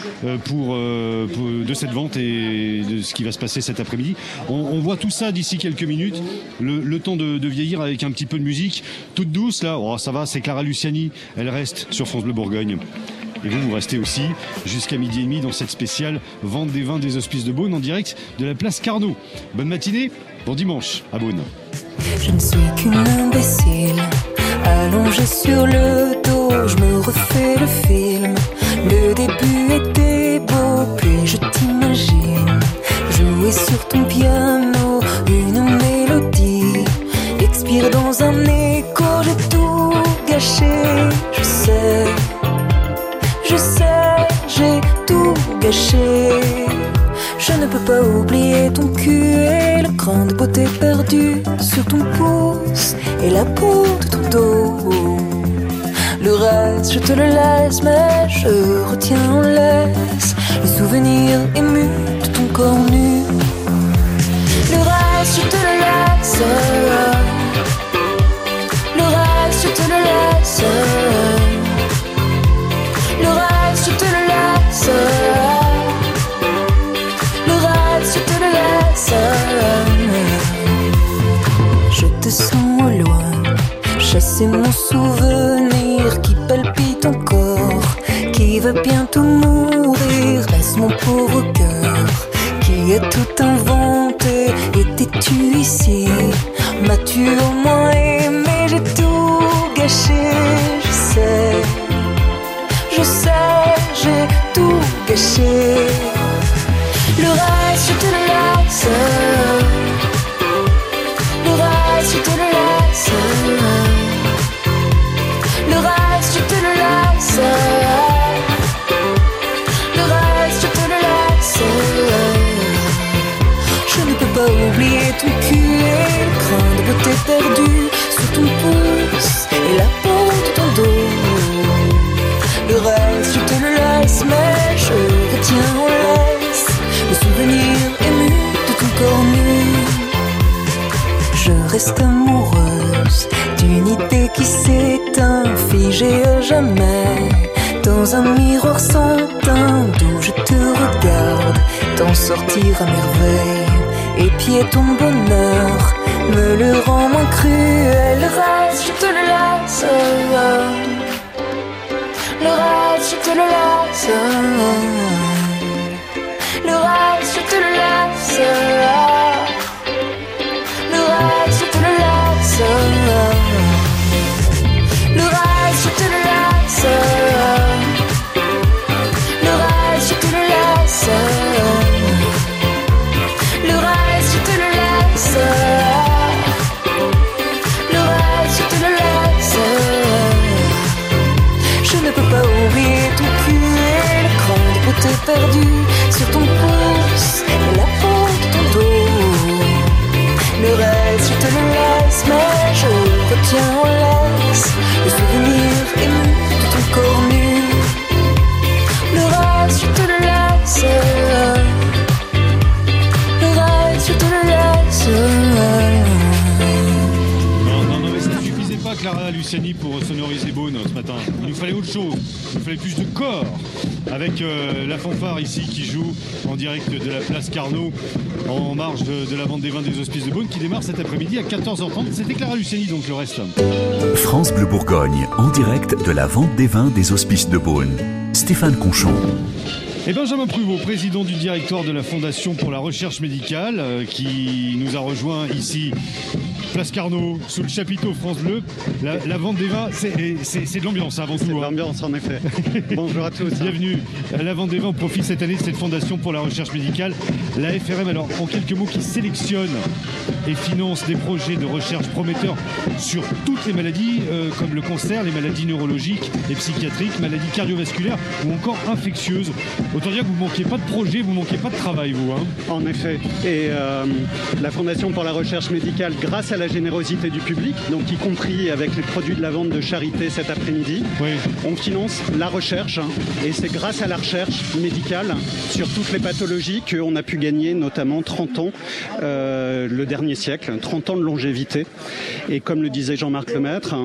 de cette vente et de ce qui va se passer cet après-midi. On voit tout ça d'ici quelques minutes. Le temps de vieillir avec un petit peu de musique toute douce, là. Oh, ça va, c'est Clara Luciani. Elle reste sur France Bleu Bourgogne. Et vous restez aussi jusqu'à 12h30 dans cette spéciale Vente des vins des Hospices de Beaune en direct de la place Carnot. Bonne matinée, bon dimanche à Beaune. Je ne suis qu'une imbécile, allongée sur le dos, je me refais le film. Le début était beau, puis je t'imagine jouer sur ton piano une mélodie, expire dans un écho, j'ai tout gâché. Je sais, j'ai tout gâché. Je ne peux pas oublier ton cul et le grain de beauté perdu sur ton pouce et la peau de ton dos. Le reste, je te le laisse, mais je retiens en laisse le souvenir ému de ton corps nu. Le reste, je te le laisse. Le reste, je te le laisse. Le reste, je te le laisse. Le reste, je te le laisse. Je te sens au loin, chasser mon souvenir qui palpite encore, qui va bientôt mourir. Laisse mon pauvre cœur qui a tout inventé. Étais-tu ici? M'as-tu au moins aimé? J'ai tout gâché, je sais, j'ai tout gâché. Le reste, je te le laisse. Le reste, je te le laisse. Le reste, je te le laisse. Le reste, je te le laisse. Je ne peux pas oublier ton cul et le grain de beauté perdu sous ton pouce et la peau de ton dos. Le reste, je te le laisse, mais je retiens en laisse le souvenir ému de ton corps nu. Je reste amoureuse d'une idée qui s'éteint, figée à jamais dans un miroir sans teint, d'où je te regarde t'en sortir à merveille. Épier ton bonheur me le rend moins cruel. Le reste, je te le laisse. Le reste, je te le laisse. Le reste, je te le laisse. Le reste, je te le laisse. Le reste, je te le laisse. Le reste, je te le laisse. Le reste, je te le laisse. Le reste, je te le laisse. Je ne peux pas oublier ton cul et le cran de beauté perdu sur ton pouce et la peau de ton dos. Le reste, je te le laisse, mais je retiens en laisse le souvenir ému de ton corps nu. Le reste, je te le laisse. Le reste, je te le laisse. Non, mais ça ne suffisait pas, Clara Luciani, pour sonoriser Beaune ce matin. Il nous fallait autre chose. Il nous fallait plus de corps. Avec la fanfare ici qui joue en direct de la place Carnot en marge de la vente des vins des Hospices de Beaune qui démarre cet après-midi à 14h30. C'était Clara Luciani, donc le reste. France Bleu Bourgogne, en direct de la vente des vins des Hospices de Beaune. Stéphane Conchon. Et Benjamin Pruvot, président du directoire de la Fondation pour la recherche médicale, qui nous a rejoint ici, place Carnot, sous le chapiteau France Bleu. La vente des vins, c'est de l'ambiance avant tout. C'est de l'ambiance, en effet. Bonjour à tous. Bienvenue. La vente des vins profite cette année de cette Fondation pour la recherche médicale, la FRM, alors en quelques mots, qui sélectionne et finance des projets de recherche prometteurs sur toutes les maladies, comme le cancer, les maladies neurologiques et psychiatriques, maladies cardiovasculaires ou encore infectieuses. Autant dire que vous ne manquez pas de projet, vous ne manquez pas de travail, vous. Hein. En effet. Et la Fondation pour la recherche médicale, grâce à la générosité du public, donc y compris avec les produits de la vente de charité cet après-midi, on finance la recherche. Et c'est grâce à la recherche médicale sur toutes les pathologies qu'on a pu gagner notamment 30 ans le dernier siècle, 30 ans de longévité. Et comme le disait Jean-Marc Lemaître,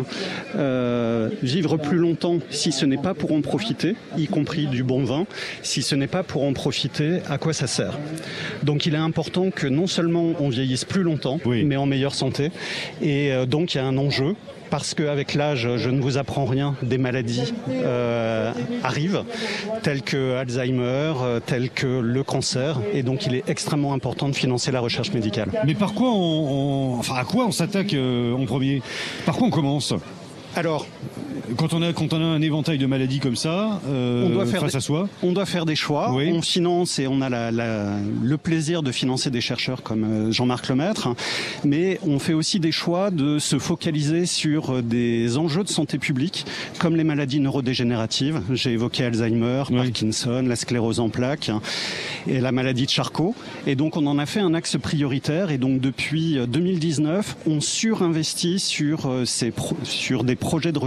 vivre plus longtemps si ce n'est pas pour en profiter, y compris du bon vin, si ce n'est pas pour en profiter, à quoi ça sert? Donc il est important que non seulement on vieillisse plus longtemps, mais en meilleure santé. Et donc il y a un enjeu. Parce qu'avec l'âge, je ne vous apprends rien, des maladies arrivent, telles que Alzheimer, telles que le cancer, et donc il est extrêmement important de financer la recherche médicale. Mais par quoi à quoi on s'attaque en premier? Par quoi on commence? Alors, quand on a un éventail de maladies comme ça, on doit faire face à soi, on doit faire des choix. Oui. On finance et on a le plaisir de financer des chercheurs comme Jean-Marc Lemaître, mais on fait aussi des choix de se focaliser sur des enjeux de santé publique comme les maladies neurodégénératives. J'ai évoqué Alzheimer, Parkinson, la sclérose en plaques et la maladie de Charcot. Et donc on en a fait un axe prioritaire. Et donc depuis 2019, on surinvestit sur des projets de recherche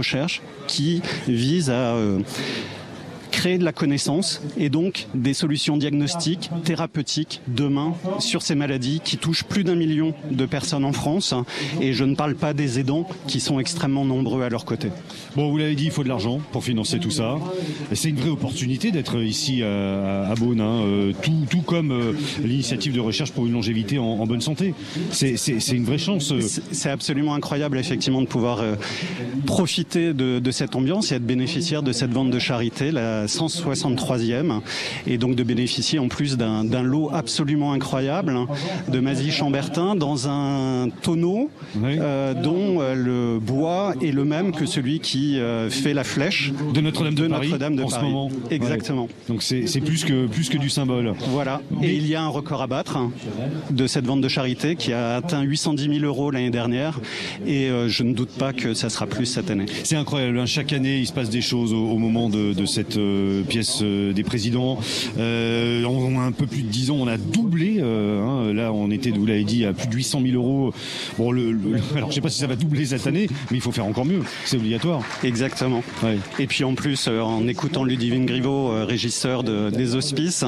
qui vise à créer de la connaissance et donc des solutions diagnostiques, thérapeutiques demain sur ces maladies qui touchent plus d'1 million de personnes en France. Et je ne parle pas des aidants qui sont extrêmement nombreux à leur côté. Bon, vous l'avez dit, il faut de l'argent pour financer tout ça. Et c'est une vraie opportunité d'être ici à Beaune, tout comme l'initiative de recherche pour une longévité en bonne santé. C'est une vraie chance. C'est absolument incroyable, effectivement, de pouvoir profiter de cette ambiance et être bénéficiaire de cette vente de charité, la 163e, et donc de bénéficier en plus d'un lot absolument incroyable de Mazie Chambertin dans un tonneau dont le bois est le même que celui qui fait la flèche de Notre-Dame de Paris, Notre-Dame en ce moment. Exactement. Ouais. Donc c'est plus que du symbole. Voilà. Et il y a un record à battre de cette vente de charité qui a atteint 810 000 € l'année dernière, et je ne doute pas que ça sera plus cette année. C'est incroyable. Chaque année, il se passe des choses au moment de cette pièce des présidents. En un peu plus de 10 ans, on a doublé. Là, on était, vous l'avez dit, à plus de 800 000 €. Bon, alors, je sais pas si ça va doubler cette année, mais il faut faire encore mieux. C'est obligatoire. Exactement. Ouais. Et puis en plus, en écoutant Ludivine Griveaux, régisseur des hospices,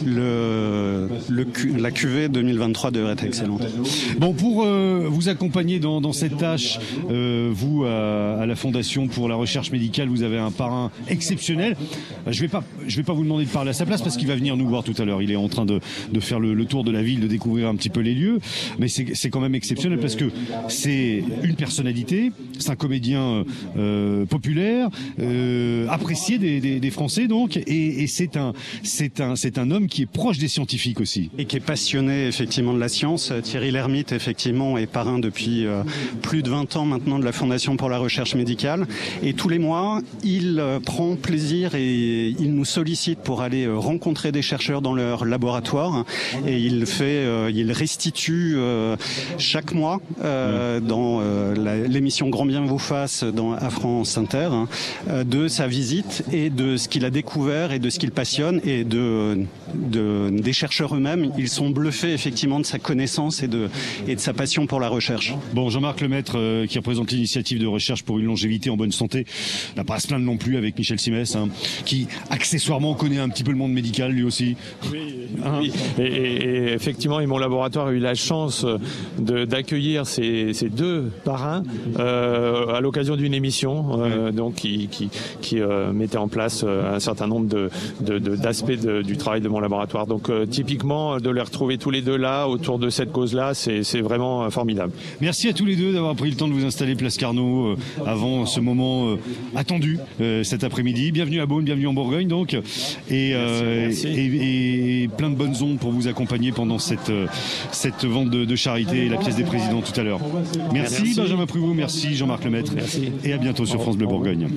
la cuvée 2023 devrait être excellente. Bon, pour vous accompagner dans cette tâche, vous, à la Fondation pour la recherche médicale, vous avez un parrain exceptionnel. Je vais pas vous demander de parler à sa place parce qu'il va venir nous voir tout à l'heure. Il est en train de faire le tour de la ville, de découvrir un petit peu les lieux. Mais c'est quand même exceptionnel parce que c'est une personnalité, c'est un comédien populaire, apprécié des Français donc, et c'est un homme qui est proche des scientifiques aussi. Et qui est passionné effectivement de la science. Thierry Lhermitte effectivement est parrain depuis plus de 20 ans maintenant de la Fondation pour la recherche médicale. Et tous les mois, il prend plaisir et il nous sollicite pour aller rencontrer des chercheurs dans leur laboratoire. Et il restitue chaque mois dans l'émission Grand Bien vous fasse à France Inter de sa visite et de ce qu'il a découvert et de ce qu'il passionne et des chercheurs eux-mêmes. Ils sont bluffés effectivement de sa connaissance et de sa passion pour la recherche. Bon, Jean-Marc Lemaître, qui représente l'initiative de recherche pour une longévité en bonne santé, n'a pas à se plaindre non plus avec Michel Simès, qui accessoirement connaît un petit peu le monde médical lui aussi. Oui. Et effectivement, mon laboratoire a eu la chance d'accueillir ces deux parrains à l'occasion d'une émission donc qui mettait en place un certain nombre d'aspects du travail de mon laboratoire. Donc typiquement, de les retrouver tous les deux là, autour de cette cause-là, c'est vraiment formidable. Merci à tous les deux d'avoir pris le temps de vous installer Place Carnot avant ce moment attendu cet après-midi. Bienvenue à Beaune, bienvenue en Bourgogne donc. Merci. Et plein de bonnes ondes pour vous accompagner pendant cette vente de charité et la pièce des présidents tout à l'heure. Merci Benjamin Pruvot, merci Jean-Marc Lemaître. Merci. Et à bientôt sur France Bleu Bourgogne.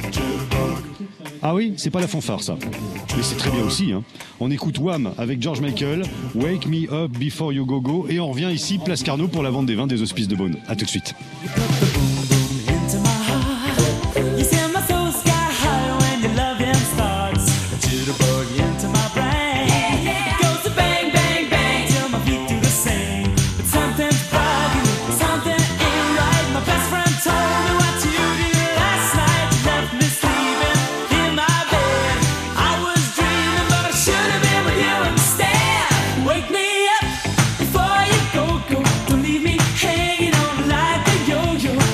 Ah oui, c'est pas la fanfare ça. Mais c'est très bien aussi. On écoute Wham avec George Michael, Wake Me Up Before You Go Go, et on revient ici, Place Carnot, pour la vente des vins des Hospices de Beaune. À tout de suite. Before you go, don't leave me hanging on like a yo-yo.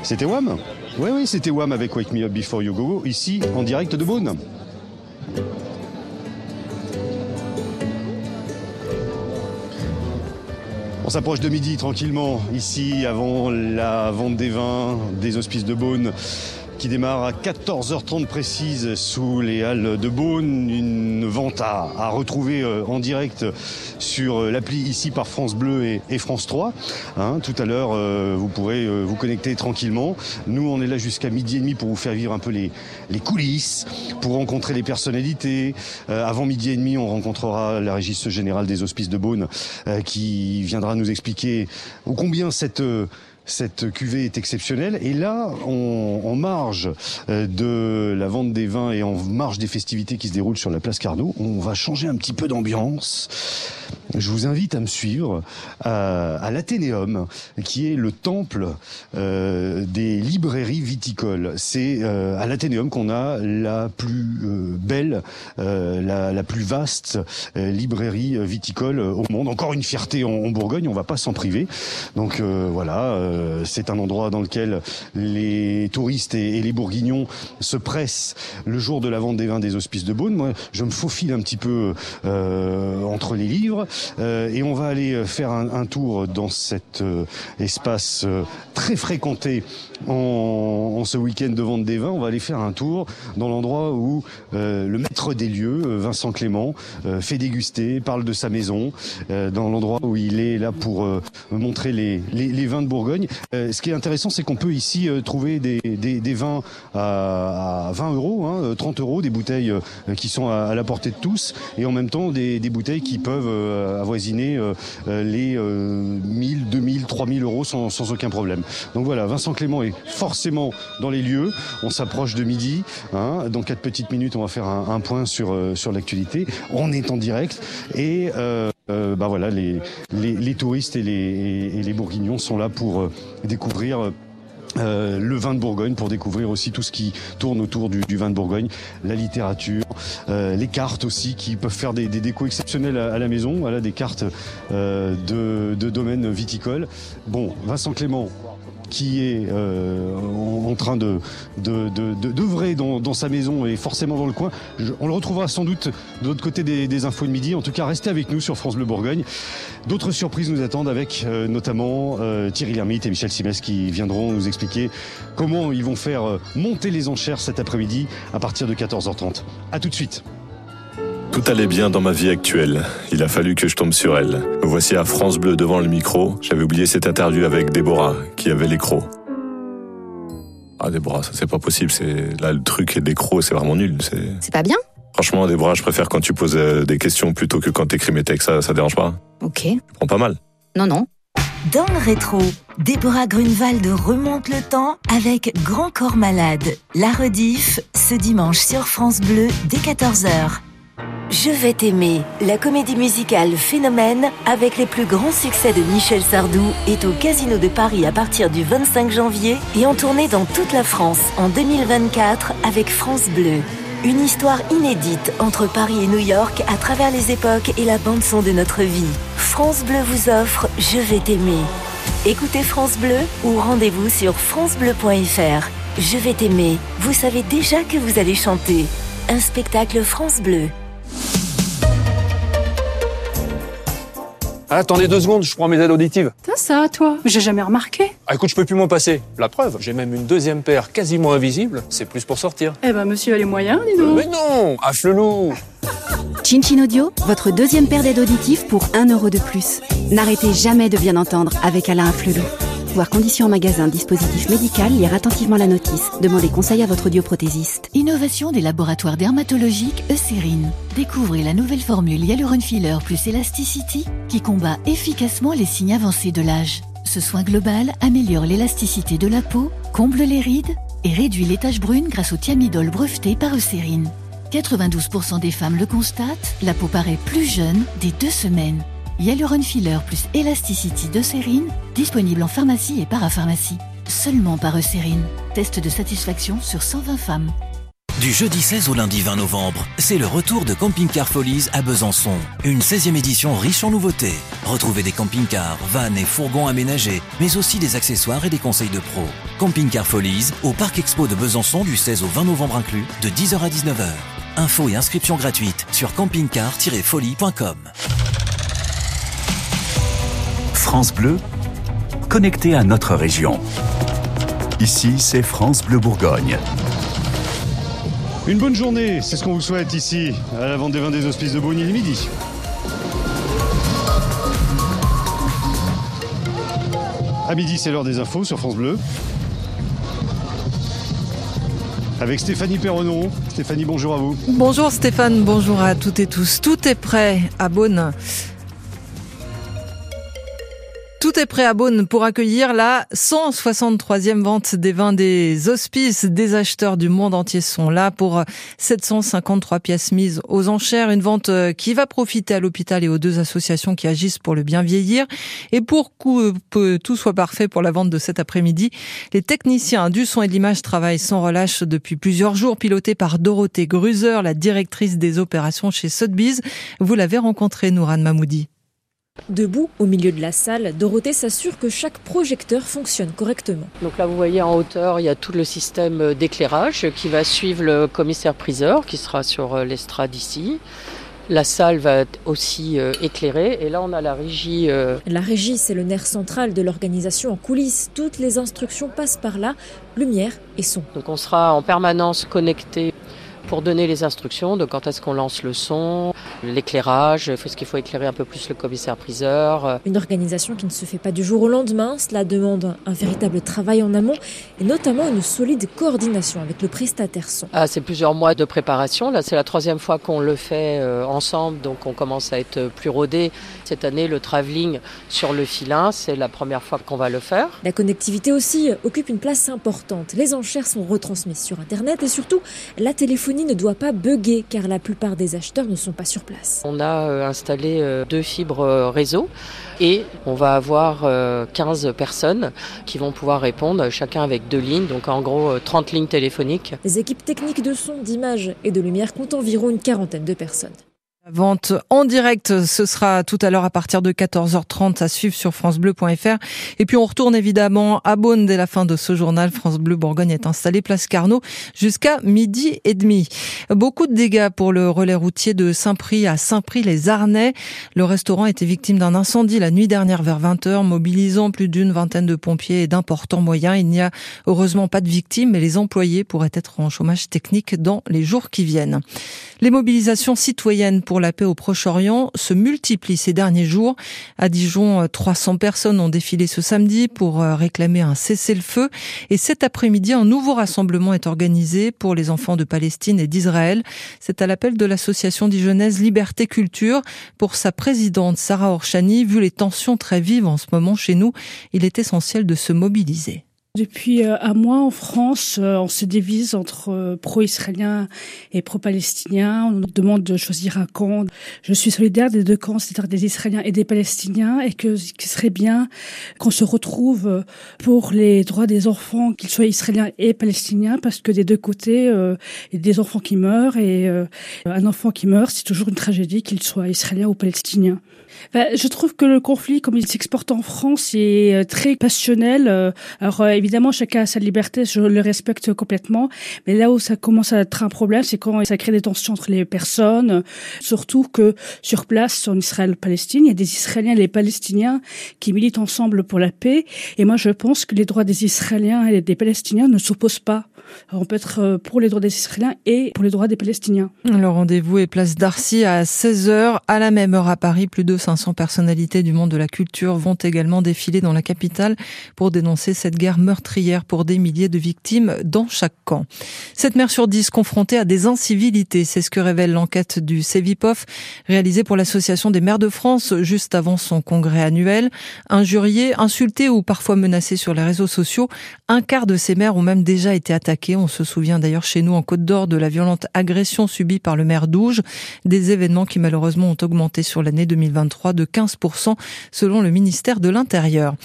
C'était Wham ? Oui, c'était Wham avec Wake Me Up Before You Go, ici en direct de Beaune. On s'approche de midi tranquillement, ici avant la vente des vins des Hospices de Beaune, qui démarre à 14h30 précise sous les halles de Beaune. Une vente à retrouver en direct sur l'appli ici par France Bleu et France 3. Tout à l'heure, vous pourrez vous connecter tranquillement. Nous, on est là jusqu'à midi et demi pour vous faire vivre un peu les coulisses, pour rencontrer les personnalités. Avant midi et demi, on rencontrera la régisse générale des Hospices de Beaune qui viendra nous expliquer ô combien cette cuvée est exceptionnelle. Et là, en marge de la vente des vins et en marge des festivités qui se déroulent sur la place Carnot, on va changer un petit peu d'ambiance. Je vous invite à me suivre à l'Athénéum, qui est le temple des librairies viticoles. C'est à l'Athénéum qu'on a la plus belle, la plus vaste librairie viticole au monde. Encore une fierté en Bourgogne, on va pas s'en priver. Donc voilà, c'est un endroit dans lequel les touristes et les bourguignons se pressent le jour de la vente des vins des Hospices de Beaune. Moi, je me faufile un petit peu entre les livres. Et on va aller faire un tour dans cet espace très fréquenté en ce week-end de vente des vins. On va aller faire un tour dans l'endroit où le maître des lieux, Vincent Clément, fait déguster, parle de sa maison, dans l'endroit où il est là pour montrer les vins de Bourgogne. Ce qui est intéressant, c'est qu'on peut ici trouver des vins à 20 €, 30 €, des bouteilles qui sont à la portée de tous, et en même temps des bouteilles qui peuvent avoisiner les 1000, 2000, 3000 € sans aucun problème. Donc voilà, Vincent Clément est forcément dans les lieux. On s'approche de midi. Dans 4 petites minutes, on va faire un point sur l'actualité. On est en direct et voilà, les touristes et les bourguignons sont là pour découvrir le vin de Bourgogne, pour découvrir aussi tout ce qui tourne autour du vin de Bourgogne, la littérature, les cartes aussi qui peuvent faire des décos exceptionnels à la maison. Voilà, des cartes de domaines viticoles. Bon, Vincent Clément qui est en train d'œuvrer dans sa maison et forcément dans le coin. On le retrouvera sans doute de l'autre côté des infos de midi. En tout cas, restez avec nous sur France Bleu Bourgogne. D'autres surprises nous attendent avec notamment Thierry Lhermitte et Michel Simès qui viendront nous expliquer comment ils vont faire monter les enchères cet après-midi à partir de 14h30. À tout de suite. Tout allait bien dans ma vie actuelle. Il a fallu que je tombe sur elle. Me voici à France Bleu devant le micro. J'avais oublié cette interview avec Déborah, qui avait les crocs. Ah, Déborah, ça c'est pas possible. Là, le truc des crocs, c'est vraiment nul. C'est pas bien ? Franchement, Déborah, je préfère quand tu poses des questions plutôt que quand t'écris mes textes. Ça dérange pas ? Ok. Tu prends pas mal ? Non. Dans le rétro, Déborah Grunewald remonte le temps avec Grand Corps Malade. La rediff, ce dimanche sur France Bleu, dès 14h. Je vais t'aimer, la comédie musicale Phénomène, avec les plus grands succès de Michel Sardou, est au Casino de Paris à partir du 25 janvier et en tournée dans toute la France en 2024 avec France Bleu. Une histoire inédite entre Paris et New York à travers les époques et la bande-son de notre vie. France Bleu vous offre Je vais t'aimer. Écoutez France Bleu ou rendez-vous sur francebleu.fr. Je vais t'aimer, vous savez déjà que vous allez chanter. Un spectacle France Bleu. Attendez 2 secondes, je prends mes aides auditives. T'as ça, toi ? J'ai jamais remarqué. Ah, écoute, je peux plus m'en passer. La preuve, j'ai même une deuxième paire quasiment invisible. C'est plus pour sortir. Eh ben, monsieur a les moyens, dis donc. Mais non, Afflelou. Chin Audio, votre deuxième paire d'aides auditives pour 1 € de plus. N'arrêtez jamais de bien entendre avec Alain Afflelou. Voir conditions en magasin, dispositif médical, lire attentivement la notice. Demandez conseil à votre audioprothésiste. Innovation des laboratoires dermatologiques Eucérine. Découvrez la nouvelle formule Hyaluron Filler plus Elasticity qui combat efficacement les signes avancés de l'âge. Ce soin global améliore l'élasticité de la peau, comble les rides et réduit les taches brunes grâce au thiamidol breveté par Eucérine. 92% des femmes le constatent, la peau paraît plus jeune dès 2 semaines. Hyaluron Filler plus Elasticity d'Eucérine, disponible en pharmacie et parapharmacie. Seulement par Eucérine. Test de satisfaction sur 120 femmes. Du jeudi 16 au lundi 20 novembre, c'est le retour de Camping Car Folies à Besançon. Une 16e édition riche en nouveautés. Retrouvez des camping-cars, vannes et fourgons aménagés, mais aussi des accessoires et des conseils de pros. Camping Car Folies au Parc Expo de Besançon du 16 au 20 novembre inclus, de 10h à 19h. Infos et inscriptions gratuites sur campingcar-folie.com. France Bleu, connecté à notre région. Ici, c'est France Bleu Bourgogne. Une bonne journée, c'est ce qu'on vous souhaite ici, à la vente des vins des Hospices de Beaune, il est midi. À midi, c'est l'heure des infos sur France Bleu. Avec Stéphanie Perronon. Stéphanie, bonjour à vous. Bonjour Stéphane, bonjour à toutes et tous. Tout est prêt à Beaune. Tout est prêt à Beaune pour accueillir la 163e vente des vins des Hospices. Des acheteurs du monde entier sont là pour 753 pièces mises aux enchères. Une vente qui va profiter à l'hôpital et aux 2 associations qui agissent pour le bien vieillir. Et pour que tout soit parfait pour la vente de cet après-midi, les techniciens du son et de l'image travaillent sans relâche depuis plusieurs jours, pilotés par Dorothée Gruser, la directrice des opérations chez Sotheby's. Vous l'avez rencontrée, Nourane Mahmoudi. Debout, au milieu de la salle, Dorothée s'assure que chaque projecteur fonctionne correctement. Donc là, vous voyez en hauteur, il y a tout le système d'éclairage qui va suivre le commissaire-priseur qui sera sur l'estrade ici. La salle va être aussi éclairée et là, on a la régie. La régie, c'est le nerf central de l'organisation en coulisses. Toutes les instructions passent par là, lumière et son. Donc on sera en permanence connecté pour donner les instructions de quand est-ce qu'on lance le son, l'éclairage, est-ce qu'il faut éclairer un peu plus le commissaire-priseur. Une organisation qui ne se fait pas du jour au lendemain, cela demande un véritable travail en amont et notamment une solide coordination avec le prestataire son. C'est plusieurs mois de préparation, là c'est la 3e fois qu'on le fait ensemble, donc on commence à être plus rodé. Cette année, le travelling sur le filin, c'est la première fois qu'on va le faire. La connectivité aussi occupe une place importante. Les enchères sont retransmises sur Internet et surtout, la téléphonie ne doit pas bugger car la plupart des acheteurs ne sont pas sur place. On a installé 2 fibres réseau et on va avoir 15 personnes qui vont pouvoir répondre, chacun avec 2 lignes, donc en gros 30 lignes téléphoniques. Les équipes techniques de son, d'image et de lumière comptent environ une 40aine de personnes. La vente en direct, ce sera tout à l'heure à partir de 14h30 à suivre sur francebleu.fr. Et puis on retourne évidemment à Beaune dès la fin de ce journal. France Bleu Bourgogne est installé place Carnot jusqu'à 12h30. Beaucoup de dégâts pour le relais routier de Saint-Prix à Saint-Prix-les-Arnais. Le restaurant était victime d'un incendie la nuit dernière vers 20h, mobilisant plus d'une vingtaine de pompiers et d'importants moyens. Il n'y a heureusement pas de victimes, mais les employés pourraient être en chômage technique dans les jours qui viennent. Les mobilisations citoyennes pour la paix au Proche-Orient se multiplient ces derniers jours. À Dijon, 300 personnes ont défilé ce samedi pour réclamer un cessez-le-feu. Et cet après-midi, un nouveau rassemblement est organisé pour les enfants de Palestine et d'Israël. C'est à l'appel de l'association dijonnaise Liberté Culture. Pour sa présidente, Sarah Orchani, vu les tensions très vives en ce moment chez nous, il est essentiel de se mobiliser. Depuis un mois en France, on se divise entre pro-israéliens et pro-palestiniens. On nous demande de choisir un camp. Je suis solidaire des 2 camps, c'est-à-dire des Israéliens et des Palestiniens, et qu'il serait bien qu'on se retrouve pour les droits des enfants, qu'ils soient israéliens et palestiniens, parce que des 2 côtés, il y a des enfants qui meurent, et un enfant qui meurt, c'est toujours une tragédie, qu'il soit israélien ou palestinien. Je trouve que le conflit, comme il s'exporte en France, est très passionnel. Alors évidemment, chacun a sa liberté, je le respecte complètement. Mais là où ça commence à être un problème, c'est quand ça crée des tensions entre les personnes. Surtout que sur place, en Israël-Palestine, il y a des Israéliens et des Palestiniens qui militent ensemble pour la paix. Et moi, je pense que les droits des Israéliens et des Palestiniens ne s'opposent pas. Alors, on peut être pour les droits des Israéliens et pour les droits des Palestiniens. Le rendez-vous est place d'Arcy à 16h. À la même heure à Paris, plus de 500 personnalités du monde de la culture vont également défiler dans la capitale pour dénoncer cette guerre meurtrière pour des milliers de victimes dans chaque camp. 7 mères sur 10 confrontées à des incivilités, c'est ce que révèle l'enquête du Cevipof réalisée pour l'Association des maires de France juste avant son congrès annuel. Injuriées, insultées ou parfois menacées sur les réseaux sociaux, un quart de ces mères ont même déjà été attaquées. On se souvient d'ailleurs chez nous en Côte d'Or de la violente agression subie par le maire d'Ouge, des événements qui malheureusement ont augmenté sur l'année 2023 de 15% selon le ministère de l'Intérieur.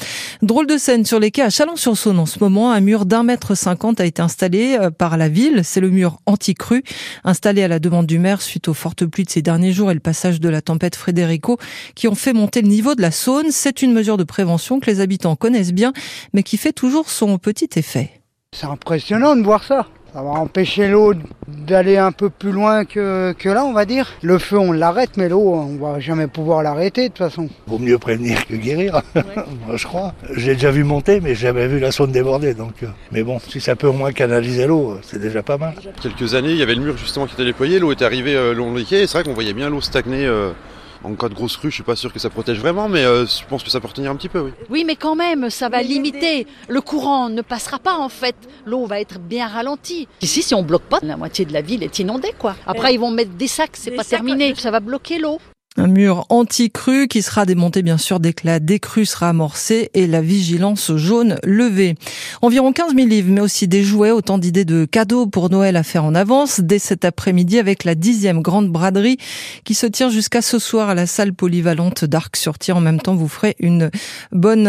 Drôle de scène sur les quais à Chalon-sur-Saône en ce moment. Un mur d'1,50 m a été installé par la ville. C'est le mur anti-crue, installé à la demande du maire suite aux fortes pluies de ces derniers jours et le passage de la tempête Frédérico qui ont fait monter le niveau de la Saône. C'est une mesure de prévention que les habitants connaissent bien, mais qui fait toujours son petit effet. C'est impressionnant de voir ça. Ça va empêcher l'eau d'aller un peu plus loin que là, on va dire. Le feu, on l'arrête, mais l'eau, on va jamais pouvoir l'arrêter de toute façon. Vaut mieux prévenir que guérir, moi, je crois. J'ai déjà vu monter, mais j'ai jamais vu la Saône déborder. Donc, mais bon, si ça peut au moins canaliser l'eau, c'est déjà pas mal. Quelques années, il y avait le mur justement qui était déployé, l'eau était arrivée le long des quais, et c'est vrai qu'on voyait bien l'eau stagner. En cas de grosse crue, je suis pas sûr que ça protège vraiment, mais je pense que ça peut retenir un petit peu, oui. Oui, mais quand même, ça va limiter. Le courant ne passera pas, en fait. L'eau va être bien ralentie. Ici, si on bloque pas, la moitié de la ville est inondée, quoi. Après, ils vont mettre des sacs, c'est pas terminé. Ça va bloquer l'eau. Un mur anti-crue qui sera démonté bien sûr dès que la décrue sera amorcée et la vigilance jaune levée. Environ 15 000 livres, mais aussi des jouets, autant d'idées de cadeaux pour Noël à faire en avance dès cet après-midi avec la 10e grande braderie qui se tient jusqu'à ce soir à la salle polyvalente d'Arc-sur-Tire. En même temps, vous ferez une bonne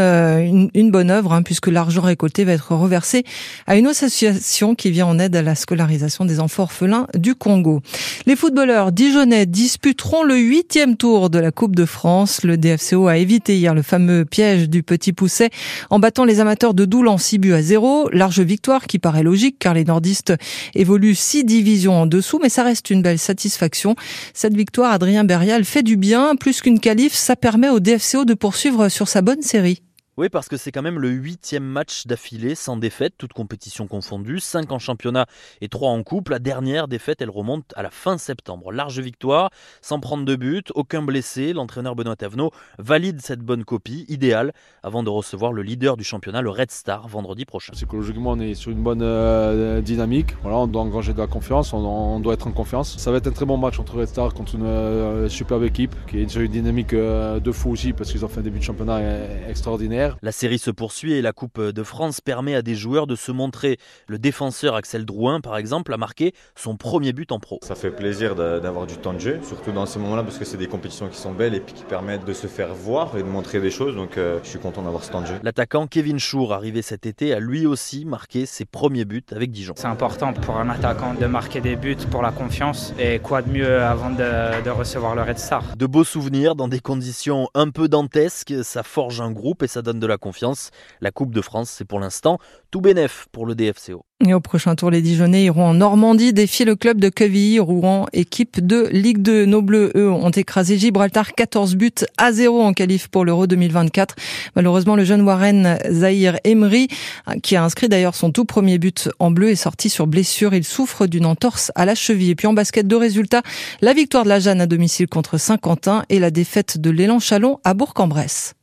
œuvre puisque l'argent récolté va être reversé à une association qui vient en aide à la scolarisation des enfants orphelins du Congo. Les footballeurs dijonnais disputeront le 8e tour de la Coupe de France. Le DFCO a évité hier le fameux piège du Petit Pousset en battant les amateurs de Doulan 6-0. Large victoire qui paraît logique car les nordistes évoluent 6 divisions en dessous, mais ça reste une belle satisfaction. Cette victoire, Adrien Berial, fait du bien. Plus qu'une qualif, ça permet au DFCO de poursuivre sur sa bonne série. Oui, parce que c'est quand même le 8e match d'affilée sans défaite, toutes compétitions confondues, 5 en championnat et 3 en coupe. La dernière défaite, elle remonte à la fin septembre. Large victoire, sans prendre de but, aucun blessé. L'entraîneur Benoît Thévenot valide cette bonne copie, idéale, avant de recevoir le leader du championnat, le Red Star, vendredi prochain. Psychologiquement, on est sur une bonne dynamique. Voilà, on doit engranger de la confiance, on doit être en confiance. Ça va être un très bon match entre Red Star contre une superbe équipe qui est sur une dynamique de fou aussi parce qu'ils ont fait un début de championnat extraordinaire. La série se poursuit et la Coupe de France permet à des joueurs de se montrer. Le défenseur Axel Drouin, par exemple, a marqué son premier but en pro. Ça fait plaisir d'avoir du temps de jeu, surtout dans ces moments-là, parce que c'est des compétitions qui sont belles et puis qui permettent de se faire voir et de montrer des choses. Donc je suis content d'avoir ce temps de jeu. L'attaquant Kevin Chour, arrivé cet été, a lui aussi marqué ses premiers buts avec Dijon. C'est important pour un attaquant de marquer des buts pour la confiance. Et quoi de mieux avant de recevoir le Red Star. De beaux souvenirs dans des conditions un peu dantesques. Ça forge un groupe et ça donne de la confiance. La Coupe de France, c'est pour l'instant tout bénef pour le DFCO. Et au prochain tour, les Dijonnais iront en Normandie défier le club de Quevilly, Rouen, équipe de Ligue 2. Nos Bleus, eux, ont écrasé Gibraltar 14-0 en qualif pour l'Euro 2024. Malheureusement, le jeune Warren Zahir Emery, qui a inscrit d'ailleurs son tout premier but en bleu, est sorti sur blessure. Il souffre d'une entorse à la cheville. Et puis en basket, 2 résultats. La victoire de la Jeanne à domicile contre Saint-Quentin et la défaite de l'Élan Chalon à Bourg-en-Bresse.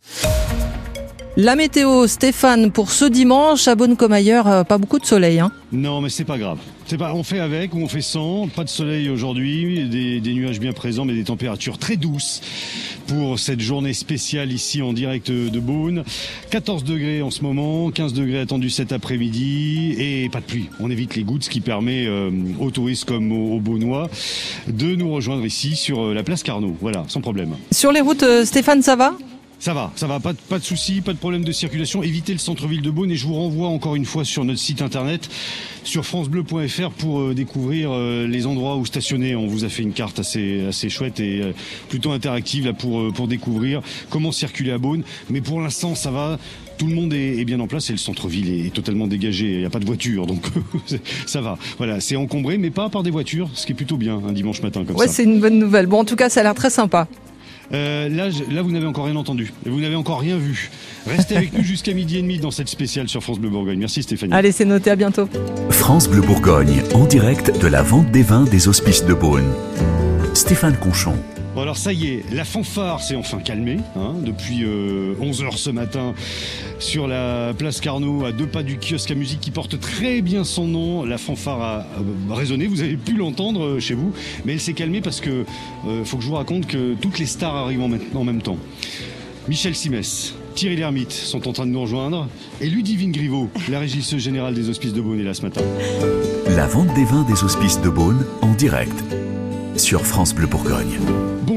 La météo, Stéphane, pour ce dimanche, à Beaune comme ailleurs, pas beaucoup de soleil. Non, mais c'est pas grave. On fait avec ou on fait sans. Pas de soleil aujourd'hui, des nuages bien présents, mais des températures très douces pour cette journée spéciale ici en direct de Beaune. 14 degrés en ce moment, 15 degrés attendus cet après-midi et pas de pluie. On évite les gouttes, ce qui permet aux touristes comme aux Beaunois de nous rejoindre ici sur la place Carnot. Voilà, sans problème. Sur les routes, Stéphane, ça va ? Ça va, pas de soucis, pas de problème de circulation. Évitez le centre-ville de Beaune et je vous renvoie encore une fois sur notre site internet, sur francebleu.fr pour découvrir les endroits où stationner. On vous a fait une carte assez chouette et plutôt interactive là pour découvrir comment circuler à Beaune. Mais pour l'instant, ça va. Tout le monde est bien en place et le centre-ville est totalement dégagé. Il n'y a pas de voiture, donc ça va. Voilà, c'est encombré, mais pas par des voitures, ce qui est plutôt bien un dimanche matin comme ça. Ouais, c'est une bonne nouvelle. Bon, en tout cas, ça a l'air très sympa. Là, vous n'avez encore rien entendu. Vous n'avez encore rien vu. Restez avec nous jusqu'à 12h30 dans cette spéciale sur France Bleu Bourgogne. Merci Stéphanie. Allez, c'est noté. À bientôt. France Bleu Bourgogne, en direct de la vente des vins des Hospices de Beaune. Stéphane Conchon. Bon alors ça y est, la fanfare s'est enfin calmée depuis 11h ce matin sur la place Carnot, à 2 pas du kiosque à musique qui porte très bien son nom. La fanfare a résonné, vous avez pu l'entendre chez vous, mais elle s'est calmée parce que faut que je vous raconte que toutes les stars arrivent en même temps. Michel Simès, Thierry Lhermitte sont en train de nous rejoindre et Ludivine Griveaux, la régisseuse générale des Hospices de Beaune, est là ce matin. La vente des vins des Hospices de Beaune en direct sur France Bleu Bourgogne. Bonjour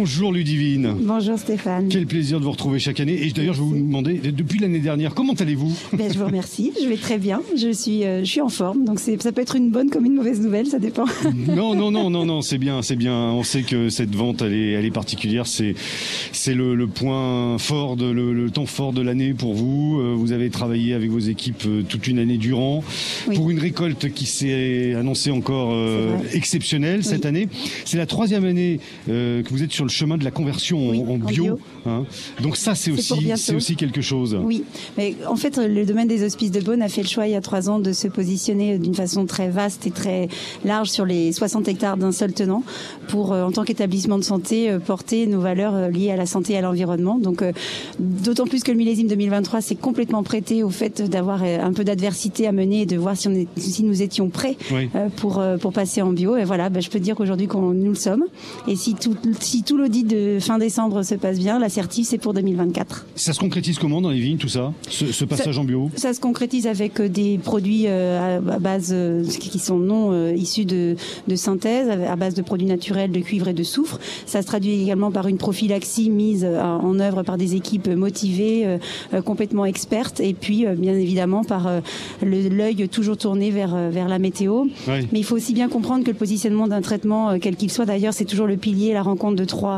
Bonjour Ludivine. Bonjour Stéphane. Quel plaisir de vous retrouver chaque année. Et d'ailleurs, je vais vous demander, depuis l'année dernière, comment allez-vous ? Je vous remercie, je vais très bien. Je suis en forme, donc ça peut être une bonne comme une mauvaise nouvelle, ça dépend. Non, c'est bien. On sait que cette vente, elle est particulière. C'est le point fort, le temps fort de l'année pour vous. Vous avez travaillé avec vos équipes toute une année durant pour une récolte qui s'est annoncée encore exceptionnelle cette année. C'est la 3e année que vous êtes sur le chemin de la conversion en bio. Hein. Donc ça, c'est aussi quelque chose. Oui, mais en fait, le domaine des hospices de Beaune a fait le choix il y a 3 ans de se positionner d'une façon très vaste et très large sur les 60 hectares d'un seul tenant pour, en tant qu'établissement de santé, porter nos valeurs liées à la santé et à l'environnement. Donc, d'autant plus que le millésime 2023 s'est complètement prêté au fait d'avoir un peu d'adversité à mener et de voir si nous étions prêts pour passer en bio. Et voilà, je peux dire qu'aujourd'hui nous le sommes. Et si tout l'audit de fin décembre se passe bien, l'assertif c'est pour 2024. Ça se concrétise comment dans les vignes, tout ça, ce passage en bio ? Ça se concrétise avec des produits à base qui sont non issus de synthèse, à base de produits naturels, de cuivre et de soufre. Ça se traduit également par une prophylaxie mise en œuvre par des équipes motivées, complètement expertes, et puis bien évidemment par l'œil toujours tourné vers la météo. Oui. Mais il faut aussi bien comprendre que le positionnement d'un traitement, quel qu'il soit d'ailleurs, c'est toujours le pilier, la rencontre de trois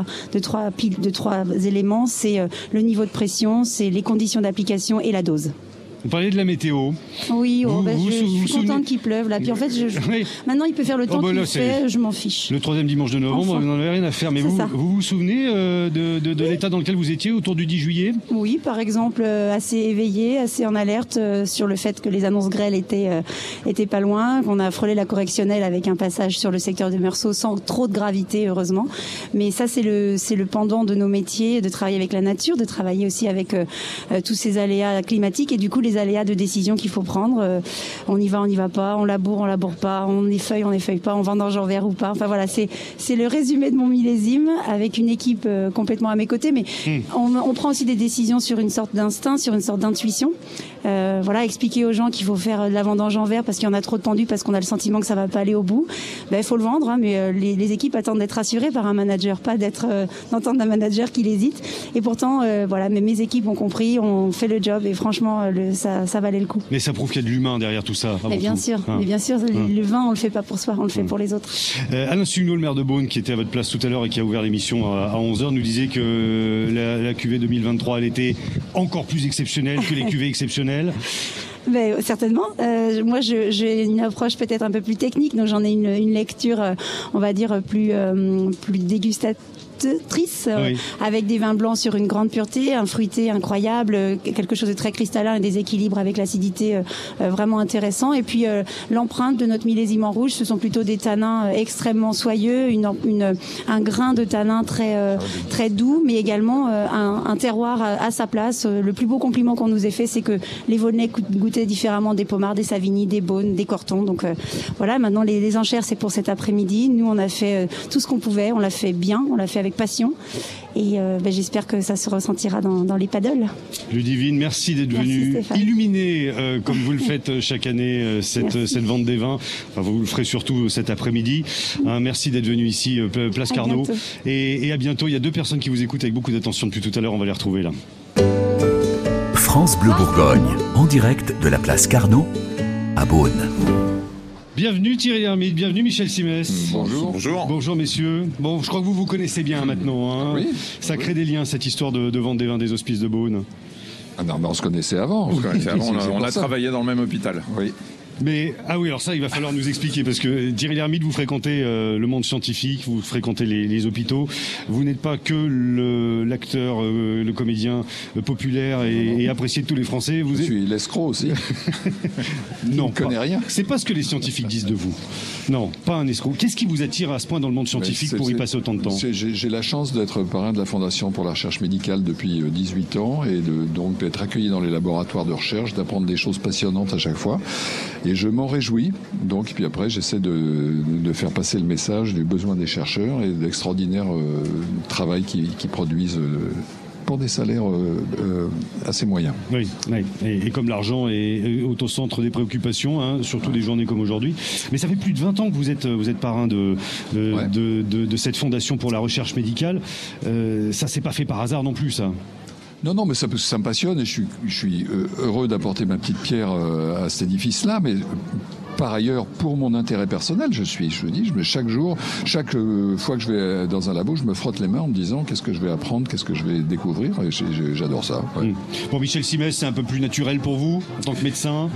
éléments. C'est le niveau de pression, c'est les conditions d'application et la dose. Vous parlez de la météo. Oui, je suis contente qu'il pleuve là. Puis en fait, maintenant il peut faire le temps qu'il fait, je m'en fiche. Le 3e dimanche de novembre, vous n'en avez rien à faire. Mais vous souvenez de l'état dans lequel vous étiez autour du 10 juillet ? Oui, par exemple, assez éveillé, assez en alerte sur le fait que les annonces grêles étaient pas loin, qu'on a frôlé la correctionnelle avec un passage sur le secteur de Meursault sans trop de gravité, heureusement. Mais ça, c'est le pendant de nos métiers, de travailler avec la nature, de travailler aussi avec tous ces aléas climatiques et du coup les aléas de décision qu'il faut prendre. On y va pas, on laboure pas, on effeuille pas, on vendange en verre ou pas. Enfin voilà, c'est le résumé de mon millésime avec une équipe complètement à mes côtés. Mais on prend aussi des décisions sur une sorte d'instinct, sur une sorte d'intuition. Expliquer aux gens qu'il faut faire de la vendange en verre parce qu'il y en a trop de pendus, parce qu'on a le sentiment que ça va pas aller au bout. Il faut le vendre, mais les équipes attendent d'être rassurées par un manager, pas d'entendre d'un manager qui hésite. Et pourtant, mais mes équipes ont compris, on fait le job et franchement, ça valait le coup. Mais ça prouve qu'il y a de l'humain derrière tout ça. Mais bien sûr, le vin, on le fait pas pour soi, on le fait pour les autres. Alain Sugneau, le maire de Beaune, qui était à votre place tout à l'heure et qui a ouvert l'émission à 11h, nous disait que la cuvée 2023, elle était encore plus exceptionnelle que les cuvées exceptionnelles. Certainement. Moi, j'ai une approche peut-être un peu plus technique, donc j'en ai une lecture, on va dire, plus dégustatrice, avec des vins blancs sur une grande pureté, un fruité incroyable, quelque chose de très cristallin et des équilibres avec l'acidité vraiment intéressant. Et puis l'empreinte de notre millésime en rouge, ce sont plutôt des tanins extrêmement soyeux, un grain de tanin très doux, mais également un terroir à sa place. Le plus beau compliment qu'on nous ait fait, c'est que les Vaulnais goûtaient différemment des Pomards, des Savigny, des Beaunes, des Cortons. Donc maintenant les enchères, c'est pour cet après-midi. Nous, on a fait tout ce qu'on pouvait, on l'a fait bien, on l'a fait avec passion et j'espère que ça se ressentira dans les paddles. Ludivine, merci d'être venue illuminer comme vous le faites chaque année cette vente des vins. Enfin, vous le ferez surtout cet après-midi. Merci d'être venu ici, Place Carnot. Et à bientôt. Il y a 2 personnes qui vous écoutent avec beaucoup d'attention depuis tout à l'heure. On va les retrouver là. France Bleu Bourgogne, en direct de la Place Carnot à Beaune. Bienvenue Thierry Lhermitte, bienvenue Michel Simès. Bonjour. Bonjour messieurs. Bon, je crois que vous connaissez bien maintenant. Hein. Oui. Ça crée des liens, cette histoire de vente des vins des hospices de Beaune. Ah non, mais on se connaissait avant. On a travaillé dans le même hôpital. Oui. Mais alors ça, il va falloir nous expliquer parce que Thierry Lhermitte, vous fréquentez le monde scientifique, vous fréquentez les hôpitaux. Vous n'êtes pas que l'acteur, le comédien populaire et apprécié de tous les Français. Je suis l'escroc aussi. Non, je ne connais rien. C'est pas ce que les scientifiques disent de vous. Non, pas un escroc. Qu'est-ce qui vous attire à ce point dans le monde scientifique pour y passer autant de temps ? J'ai la chance d'être parrain de la Fondation pour la recherche médicale depuis 18 ans et donc d'être accueilli dans les laboratoires de recherche, d'apprendre des choses passionnantes à chaque fois. Et je m'en réjouis. Donc, puis après, j'essaie de faire passer le message du besoin des chercheurs et de l'extraordinaire travail qu'ils produisent pour des salaires assez moyens. Oui. Et comme l'argent est au centre des préoccupations, hein, surtout des journées comme aujourd'hui. Mais ça fait plus de 20 ans que vous êtes parrain de cette fondation pour la recherche médicale. Ça s'est pas fait par hasard non plus, ça. Non, mais ça me passionne et je suis heureux d'apporter ma petite pierre à cet édifice-là, mais par ailleurs, pour mon intérêt personnel, chaque jour, chaque fois que je vais dans un labo, je me frotte les mains en me disant qu'est-ce que je vais apprendre, qu'est-ce que je vais découvrir, et j'adore ça. Ouais. Bon, Michel Simès, c'est un peu plus naturel pour vous, en tant que médecin,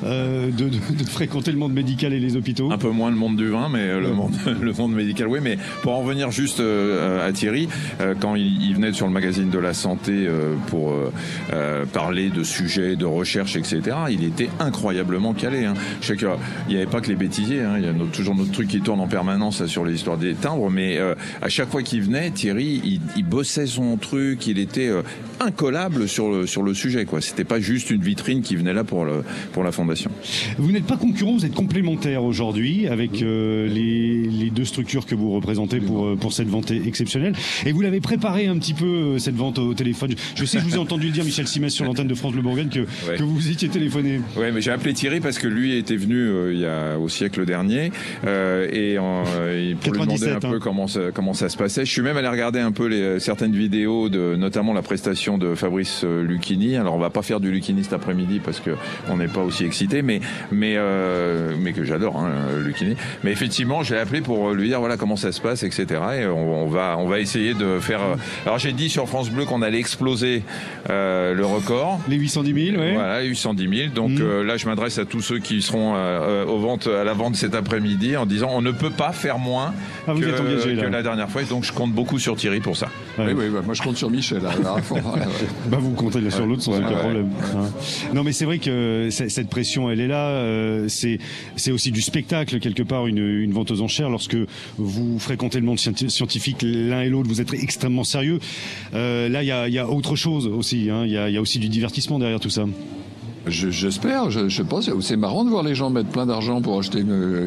de fréquenter le monde médical et les hôpitaux. Un peu moins le monde du vin, mais le monde médical, oui. Mais pour en revenir juste à Thierry, quand il venait sur le magazine de la santé pour parler de sujets, de recherche, etc., il était incroyablement calé. Hein. Je sais que il n'y avait pas que les bêtisiers, hein. Il y a toujours notre truc qui tourne en permanence là, sur l'histoire des timbres, mais à chaque fois qu'il venait, Thierry, il bossait son truc, il était incollable sur le sujet, quoi. C'était pas juste une vitrine qui venait là pour la fondation. Vous n'êtes pas concurrents, vous êtes complémentaires aujourd'hui avec les deux structures que vous représentez pour cette vente exceptionnelle. Et vous l'avez préparé un petit peu, cette vente au téléphone. Je sais que je vous ai entendu le dire, Michel Simès, sur l'antenne de France Bleu Bourgogne, que vous étiez téléphoné. Oui, mais j'ai appelé Thierry parce que lui était venu au siècle dernier et pour lui demander un peu comment ça se passait. Je suis même allé regarder un peu certaines vidéos notamment la prestation de Fabrice Lucchini. Alors on va pas faire du Lucchini cet après-midi parce que on n'est pas aussi excité, mais que j'adore, hein, Lucchini. Mais effectivement, j'ai appelé pour lui dire voilà comment ça se passe, etc. Et on va essayer de faire. Alors j'ai dit sur France Bleu qu'on allait exploser le record. Les 810 000, oui. Voilà, les 810 000. Donc là, je m'adresse à tous ceux qui seront à la vente cet après-midi en disant on ne peut pas faire moins que la dernière fois. Et donc je compte beaucoup sur Thierry pour ça. Oui, moi je compte sur Michel. Vous comptez l'un sur l'autre sans aucun problème. Non, mais c'est vrai que cette pression, elle est là. C'est aussi du spectacle quelque part, une vente aux enchères. Lorsque vous fréquentez le monde scientifique l'un et l'autre, vous êtes extrêmement sérieux. Là, il y a autre chose aussi. Hein. Il y a aussi du divertissement derrière tout ça. J'espère, je pense. C'est marrant de voir les gens mettre plein d'argent pour acheter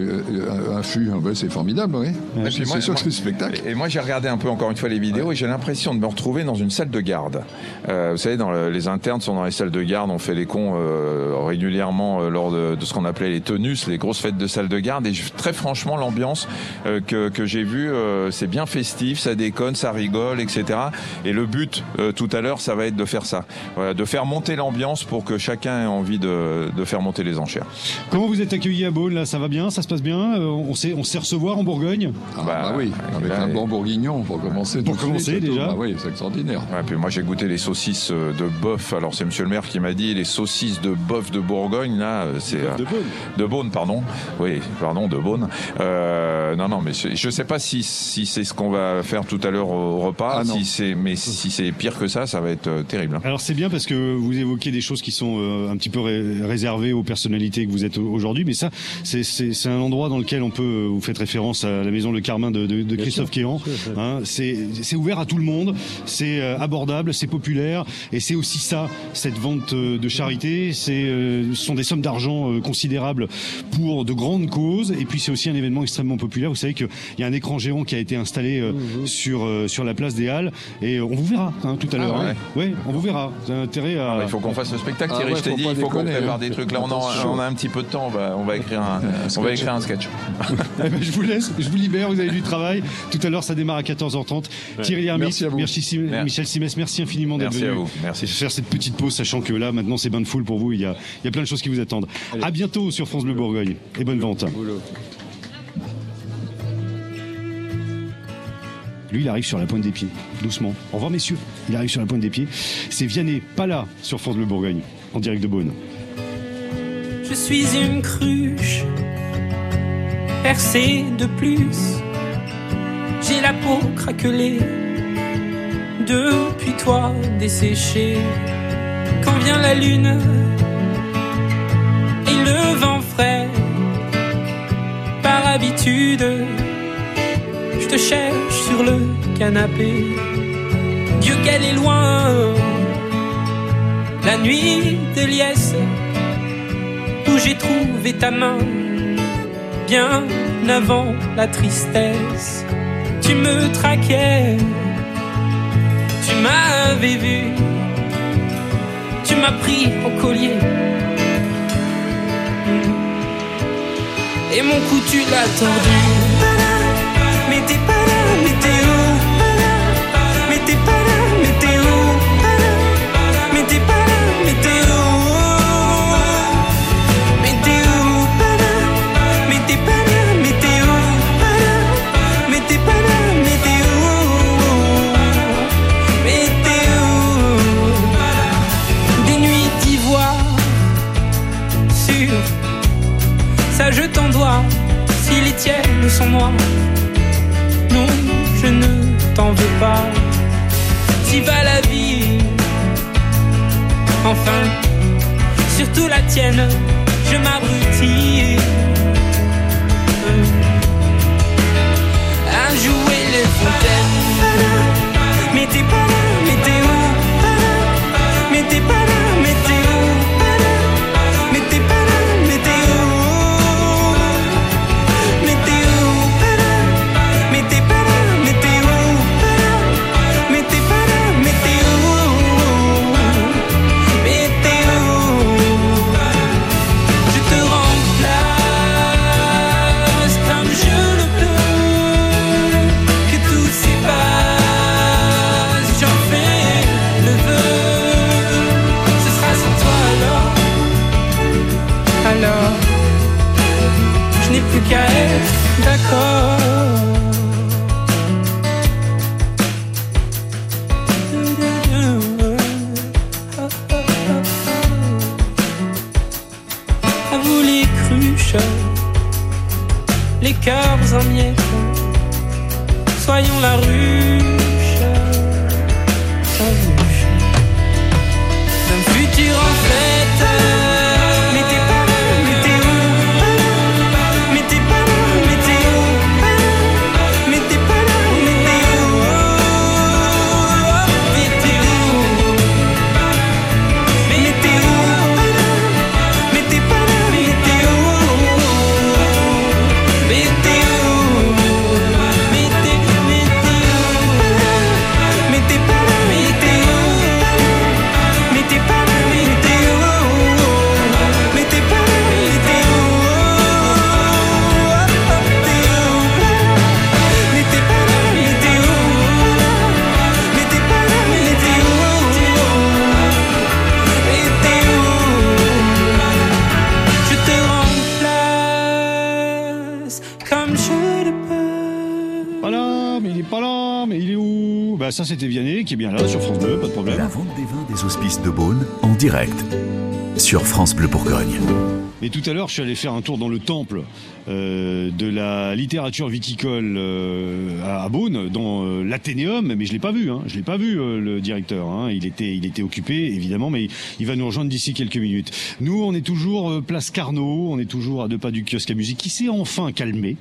un fût. C'est formidable, oui. C'est sûr que c'est du spectacle. Et moi, j'ai regardé un peu encore une fois les vidéos et j'ai l'impression de me retrouver dans une salle de garde. Vous savez, les internes sont dans les salles de garde. On fait les cons régulièrement lors de ce qu'on appelait les tonus, les grosses fêtes de salle de garde. Et très franchement, l'ambiance que j'ai vue, c'est bien festif, ça déconne, ça rigole, etc. Et le but, tout à l'heure, ça va être de faire ça. Voilà, de faire monter l'ambiance pour que chacun envie de faire monter les enchères. Comment vous êtes accueilli à Beaune, là? Ça va bien? Ça se passe bien? On sait recevoir en Bourgogne? Oui, avec un bon bourguignon pour commencer. Pour commencer déjà? Oui, c'est extraordinaire. Ouais, puis moi j'ai goûté les saucisses de bœuf. Alors c'est monsieur le maire qui m'a dit les saucisses de bœuf de Bourgogne, là, c'est... De Beaune, pardon. Oui, pardon, de Beaune. Non, mais je sais pas si c'est ce qu'on va faire tout à l'heure au repas. Si c'est pire que ça va être terrible. Alors c'est bien parce que vous évoquez des choses qui sont un petit peu réservé aux personnalités que vous êtes aujourd'hui, mais ça, c'est un endroit dans lequel vous faites référence à la maison Le Carmin de Christophe Quéant. Hein, c'est ouvert à tout le monde, c'est abordable, c'est populaire, et c'est aussi ça, cette vente de charité. Ce sont des sommes d'argent considérables pour de grandes causes, et puis c'est aussi un événement extrêmement populaire. Vous savez qu'il y a un écran géant qui a été installé sur la place des Halles, et on vous verra tout à l'heure. Ouais, on vous verra. Vous avez intérêt à... il faut qu'on fasse le spectacle, Thierry. Je t'ai dit, il faut qu'on prépare des trucs. Là, on a un petit peu de temps. On va écrire un sketch. Je vous laisse, je vous libère. Vous avez du travail. Tout à l'herbe, ça démarre à 14h30. Thierry Lhermitte, merci Michel Simès, merci infiniment d'être venu. Merci à vous. Merci. Faire cette petite pause, sachant que là, maintenant, c'est bain de foule pour vous. Il y a plein de choses qui vous attendent. Allez. À bientôt sur France Bleu Bourgogne et bonne vente. Lui, il arrive sur la pointe des pieds, doucement. Au revoir, messieurs. Il arrive sur la pointe des pieds. C'est Vianney, pas là, sur France Bleu Bourgogne, en direct de Beaune. Je suis une cruche, percée de plus. J'ai la peau craquelée, depuis toi desséchée. Quand vient la lune et le vent frais, par habitude, je te cherche sur le canapé. Dieu qu'elle est loin, la nuit de liesse, où j'ai trouvé ta main, bien avant la tristesse. Tu me traquais, tu m'avais vu, tu m'as pris au collier. Et mon cou tu l'as tordu. Mais t'es pas là, mais t'es où? Mais t'es pas là, mais t'es où? Mais t'es pas là, mais t'es où? Mais t'es où? Mais t'es pas là, mais t'es où? Mais t'es pas là, mais t'es où? Mais t'es où? Des nuits d'ivoire sur ça je t'en dois, si les tiennes sont noires. Non, je ne t'en veux pas. Si va la vie, enfin, surtout la tienne, je m'abrutis à jouer les fontaines. Mais t'es pas là, mais t'es où? Mais t'es pas là, mais t'es où? Mais t'es pas là, mais t'es où? Qu'à être d'accord. À vous les cruches, les cœurs en miettes, soyons la ruche, d'un futur en fête. Ça c'était Vianney qui est bien là sur France Bleu, pas de problème. La vente des vins des Hospices de Beaune en direct sur France Bleu Bourgogne. Et tout à l'heure, je suis allé faire un tour dans le temple de la littérature viticole à Beaune, dans l'Athénéum, mais je l'ai pas vu. Je l'ai pas vu le directeur. Il était occupé évidemment, mais il va nous rejoindre d'ici quelques minutes. Nous, on est toujours place Carnot, on est toujours à 2 pas du kiosque à musique qui s'est enfin calmé.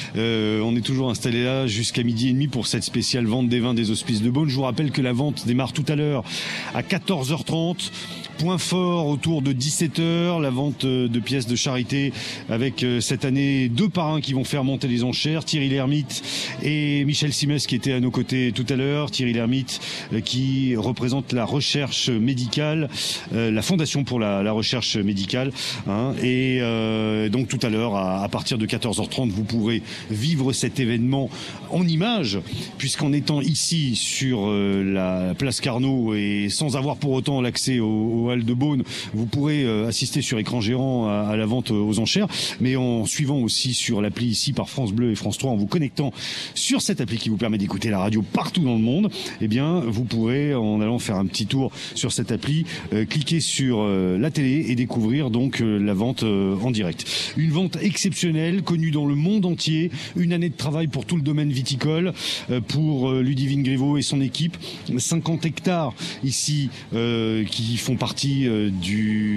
On est toujours installé là jusqu'à 12h30 pour cette spéciale vente des vins des Hospices de Beaune. Je vous rappelle que la vente démarre tout à l'heure à 14h30. Point fort autour de 17h, la vente de pièces de charité avec cette année 2 parrains qui vont faire monter les enchères, Thierry Lhermitte et Michel Simès qui étaient à nos côtés tout à l'heure. Thierry Lhermitte qui représente la recherche médicale, la Fondation pour la recherche médicale. Et donc tout à l'heure, à partir de 14h30, vous pourrez vivre cet événement en images, puisqu'en étant ici sur la place Carnot et sans avoir pour autant l'accès au Halles de Beaune, vous pourrez assister sur écran géant à la vente aux enchères, mais en suivant aussi sur l'appli ici par France Bleu et France 3, en vous connectant sur cette appli qui vous permet d'écouter la radio partout dans le monde, eh bien vous pourrez, en allant faire un petit tour sur cette appli, cliquer sur la télé et découvrir donc la vente en direct. Une vente exceptionnelle, connue dans le monde entier, une année de travail pour tout le domaine viticole, pour Ludivine Griveaux et son équipe, 50 hectares ici qui font partie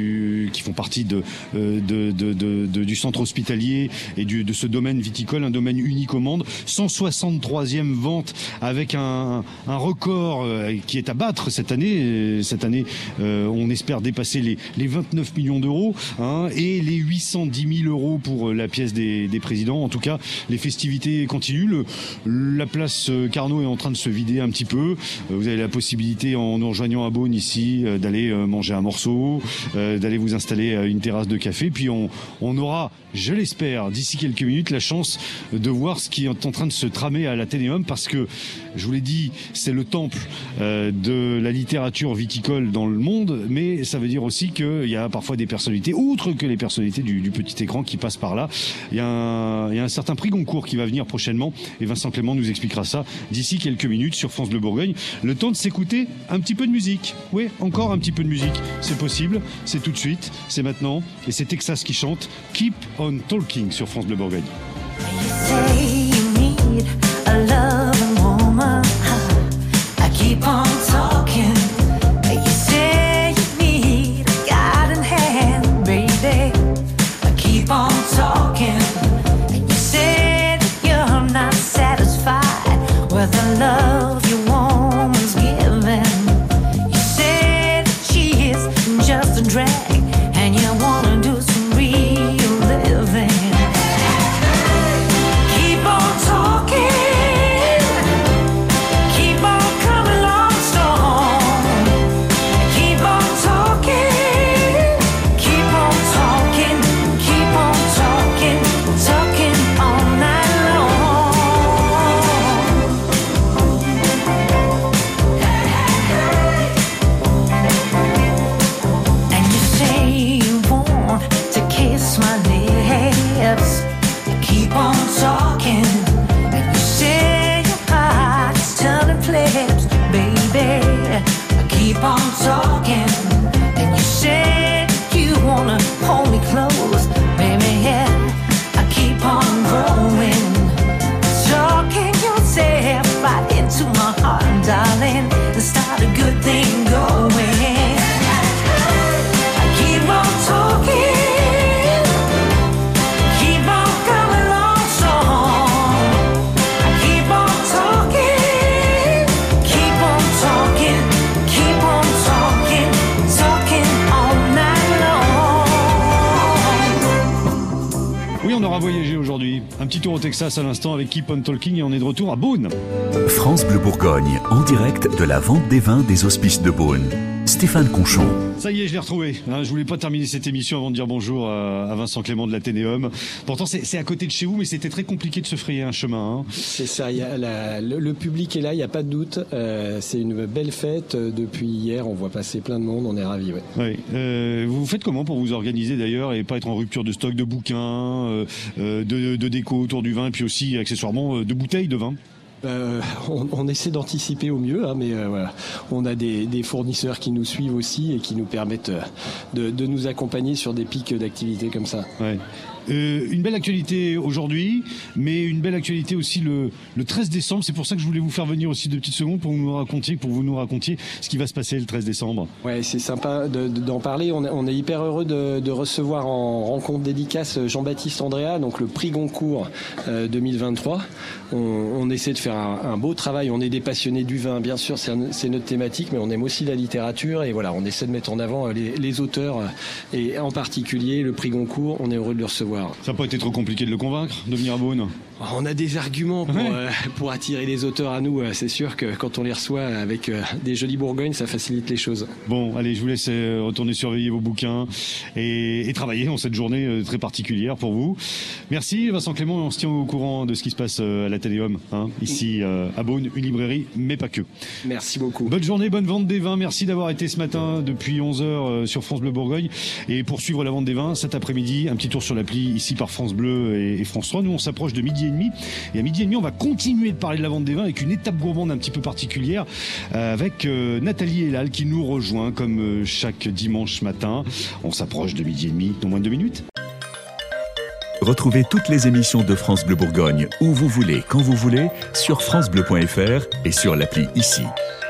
qui font partie du centre hospitalier et de ce domaine viticole, un domaine unique au monde. 163e vente avec un record qui est à battre cette année. Cette année, on espère dépasser les 29 millions d'euros et les 810 000 euros pour la pièce des présidents. En tout cas, les festivités continuent. La place Carnot est en train de se vider un petit peu. Vous avez la possibilité, en nous rejoignant à Beaune ici, d'aller manger un morceau, d'aller vous installer à une terrasse de café. Puis on aura, je l'espère, d'ici quelques minutes, la chance de voir ce qui est en train de se tramer à l'Athénéum, parce que, je vous l'ai dit, c'est le temple de la littérature viticole dans le monde, mais ça veut dire aussi qu'il y a parfois des personnalités, outre que les personnalités du petit écran, qui passent par là. Il y a un certain prix Goncourt qui va venir prochainement, et Vincent Clément nous expliquera ça d'ici quelques minutes sur France Bleu Bourgogne. Le temps de s'écouter un petit peu de musique. Oui, encore un petit peu de musique. C'est possible, c'est tout de suite, c'est maintenant, et c'est Texas qui chante Keep on Talking sur France Bleu Bourgogne. Un petit tour au Texas à l'instant avec Keep on Talking, et on est de retour à Beaune. France Bleu Bourgogne, en direct de la vente des vins des Hospices de Beaune. Stéphane Conchon. Ça y est, je l'ai retrouvé. Je voulais pas terminer cette émission avant de dire bonjour à Vincent Clément de l'Athénéum. Pourtant, c'est à côté de chez vous, mais c'était très compliqué de se frayer un chemin. C'est ça, le public est là, il n'y a pas de doute. C'est une belle fête. Depuis hier, on voit passer plein de monde, on est ravis. Ouais. Oui. Vous faites comment pour vous organiser d'ailleurs et pas être en rupture de stock de bouquins, de déco autour du vin, et puis aussi accessoirement de bouteilles de vin? On essaie d'anticiper au mieux, mais voilà. On a des fournisseurs qui nous suivent aussi et qui nous permettent de nous accompagner sur des pics d'activité comme ça. Ouais. Une belle actualité aujourd'hui, mais une belle actualité aussi le 13 décembre. C'est pour ça que je voulais vous faire venir aussi 2 petites secondes pour vous nous racontiez ce qui va se passer le 13 décembre. Ouais, c'est sympa d'en parler. On est hyper heureux de recevoir en rencontre dédicace Jean-Baptiste Andréa, donc le prix Goncourt 2023. On essaie de faire un beau travail. On est des passionnés du vin, bien sûr, c'est notre thématique, mais on aime aussi la littérature, et voilà, on essaie de mettre en avant les auteurs, et en particulier le prix Goncourt. On est heureux de le recevoir. Ça n'a pas été trop compliqué de le convaincre de venir à Beaune? On a des arguments pour attirer les auteurs à nous. C'est sûr que quand on les reçoit avec des jolies Bourgognes, ça facilite les choses. Bon, allez, je vous laisse retourner surveiller vos bouquins et travailler en cette journée très particulière pour vous. Merci Vincent Clément, et on se tient au courant de ce qui se passe à l'Athénéum, ici à Beaune, une librairie, mais pas que. Merci beaucoup. Bonne journée, bonne vente des vins. Merci d'avoir été ce matin depuis 11h sur France Bleu Bourgogne. Et pour suivre la vente des vins, cet après-midi, un petit tour sur l'appli ici par France Bleu et France 3. Nous, on s'approche de 12h30. Et à 12h30, on va continuer de parler de la vente des vins avec une étape gourmande un petit peu particulière avec Nathalie Elal qui nous rejoint comme chaque dimanche matin. On s'approche de 12h30 dans moins de 2 minutes. Retrouvez toutes les émissions de France Bleu Bourgogne où vous voulez, quand vous voulez, sur francebleu.fr et sur l'appli ici.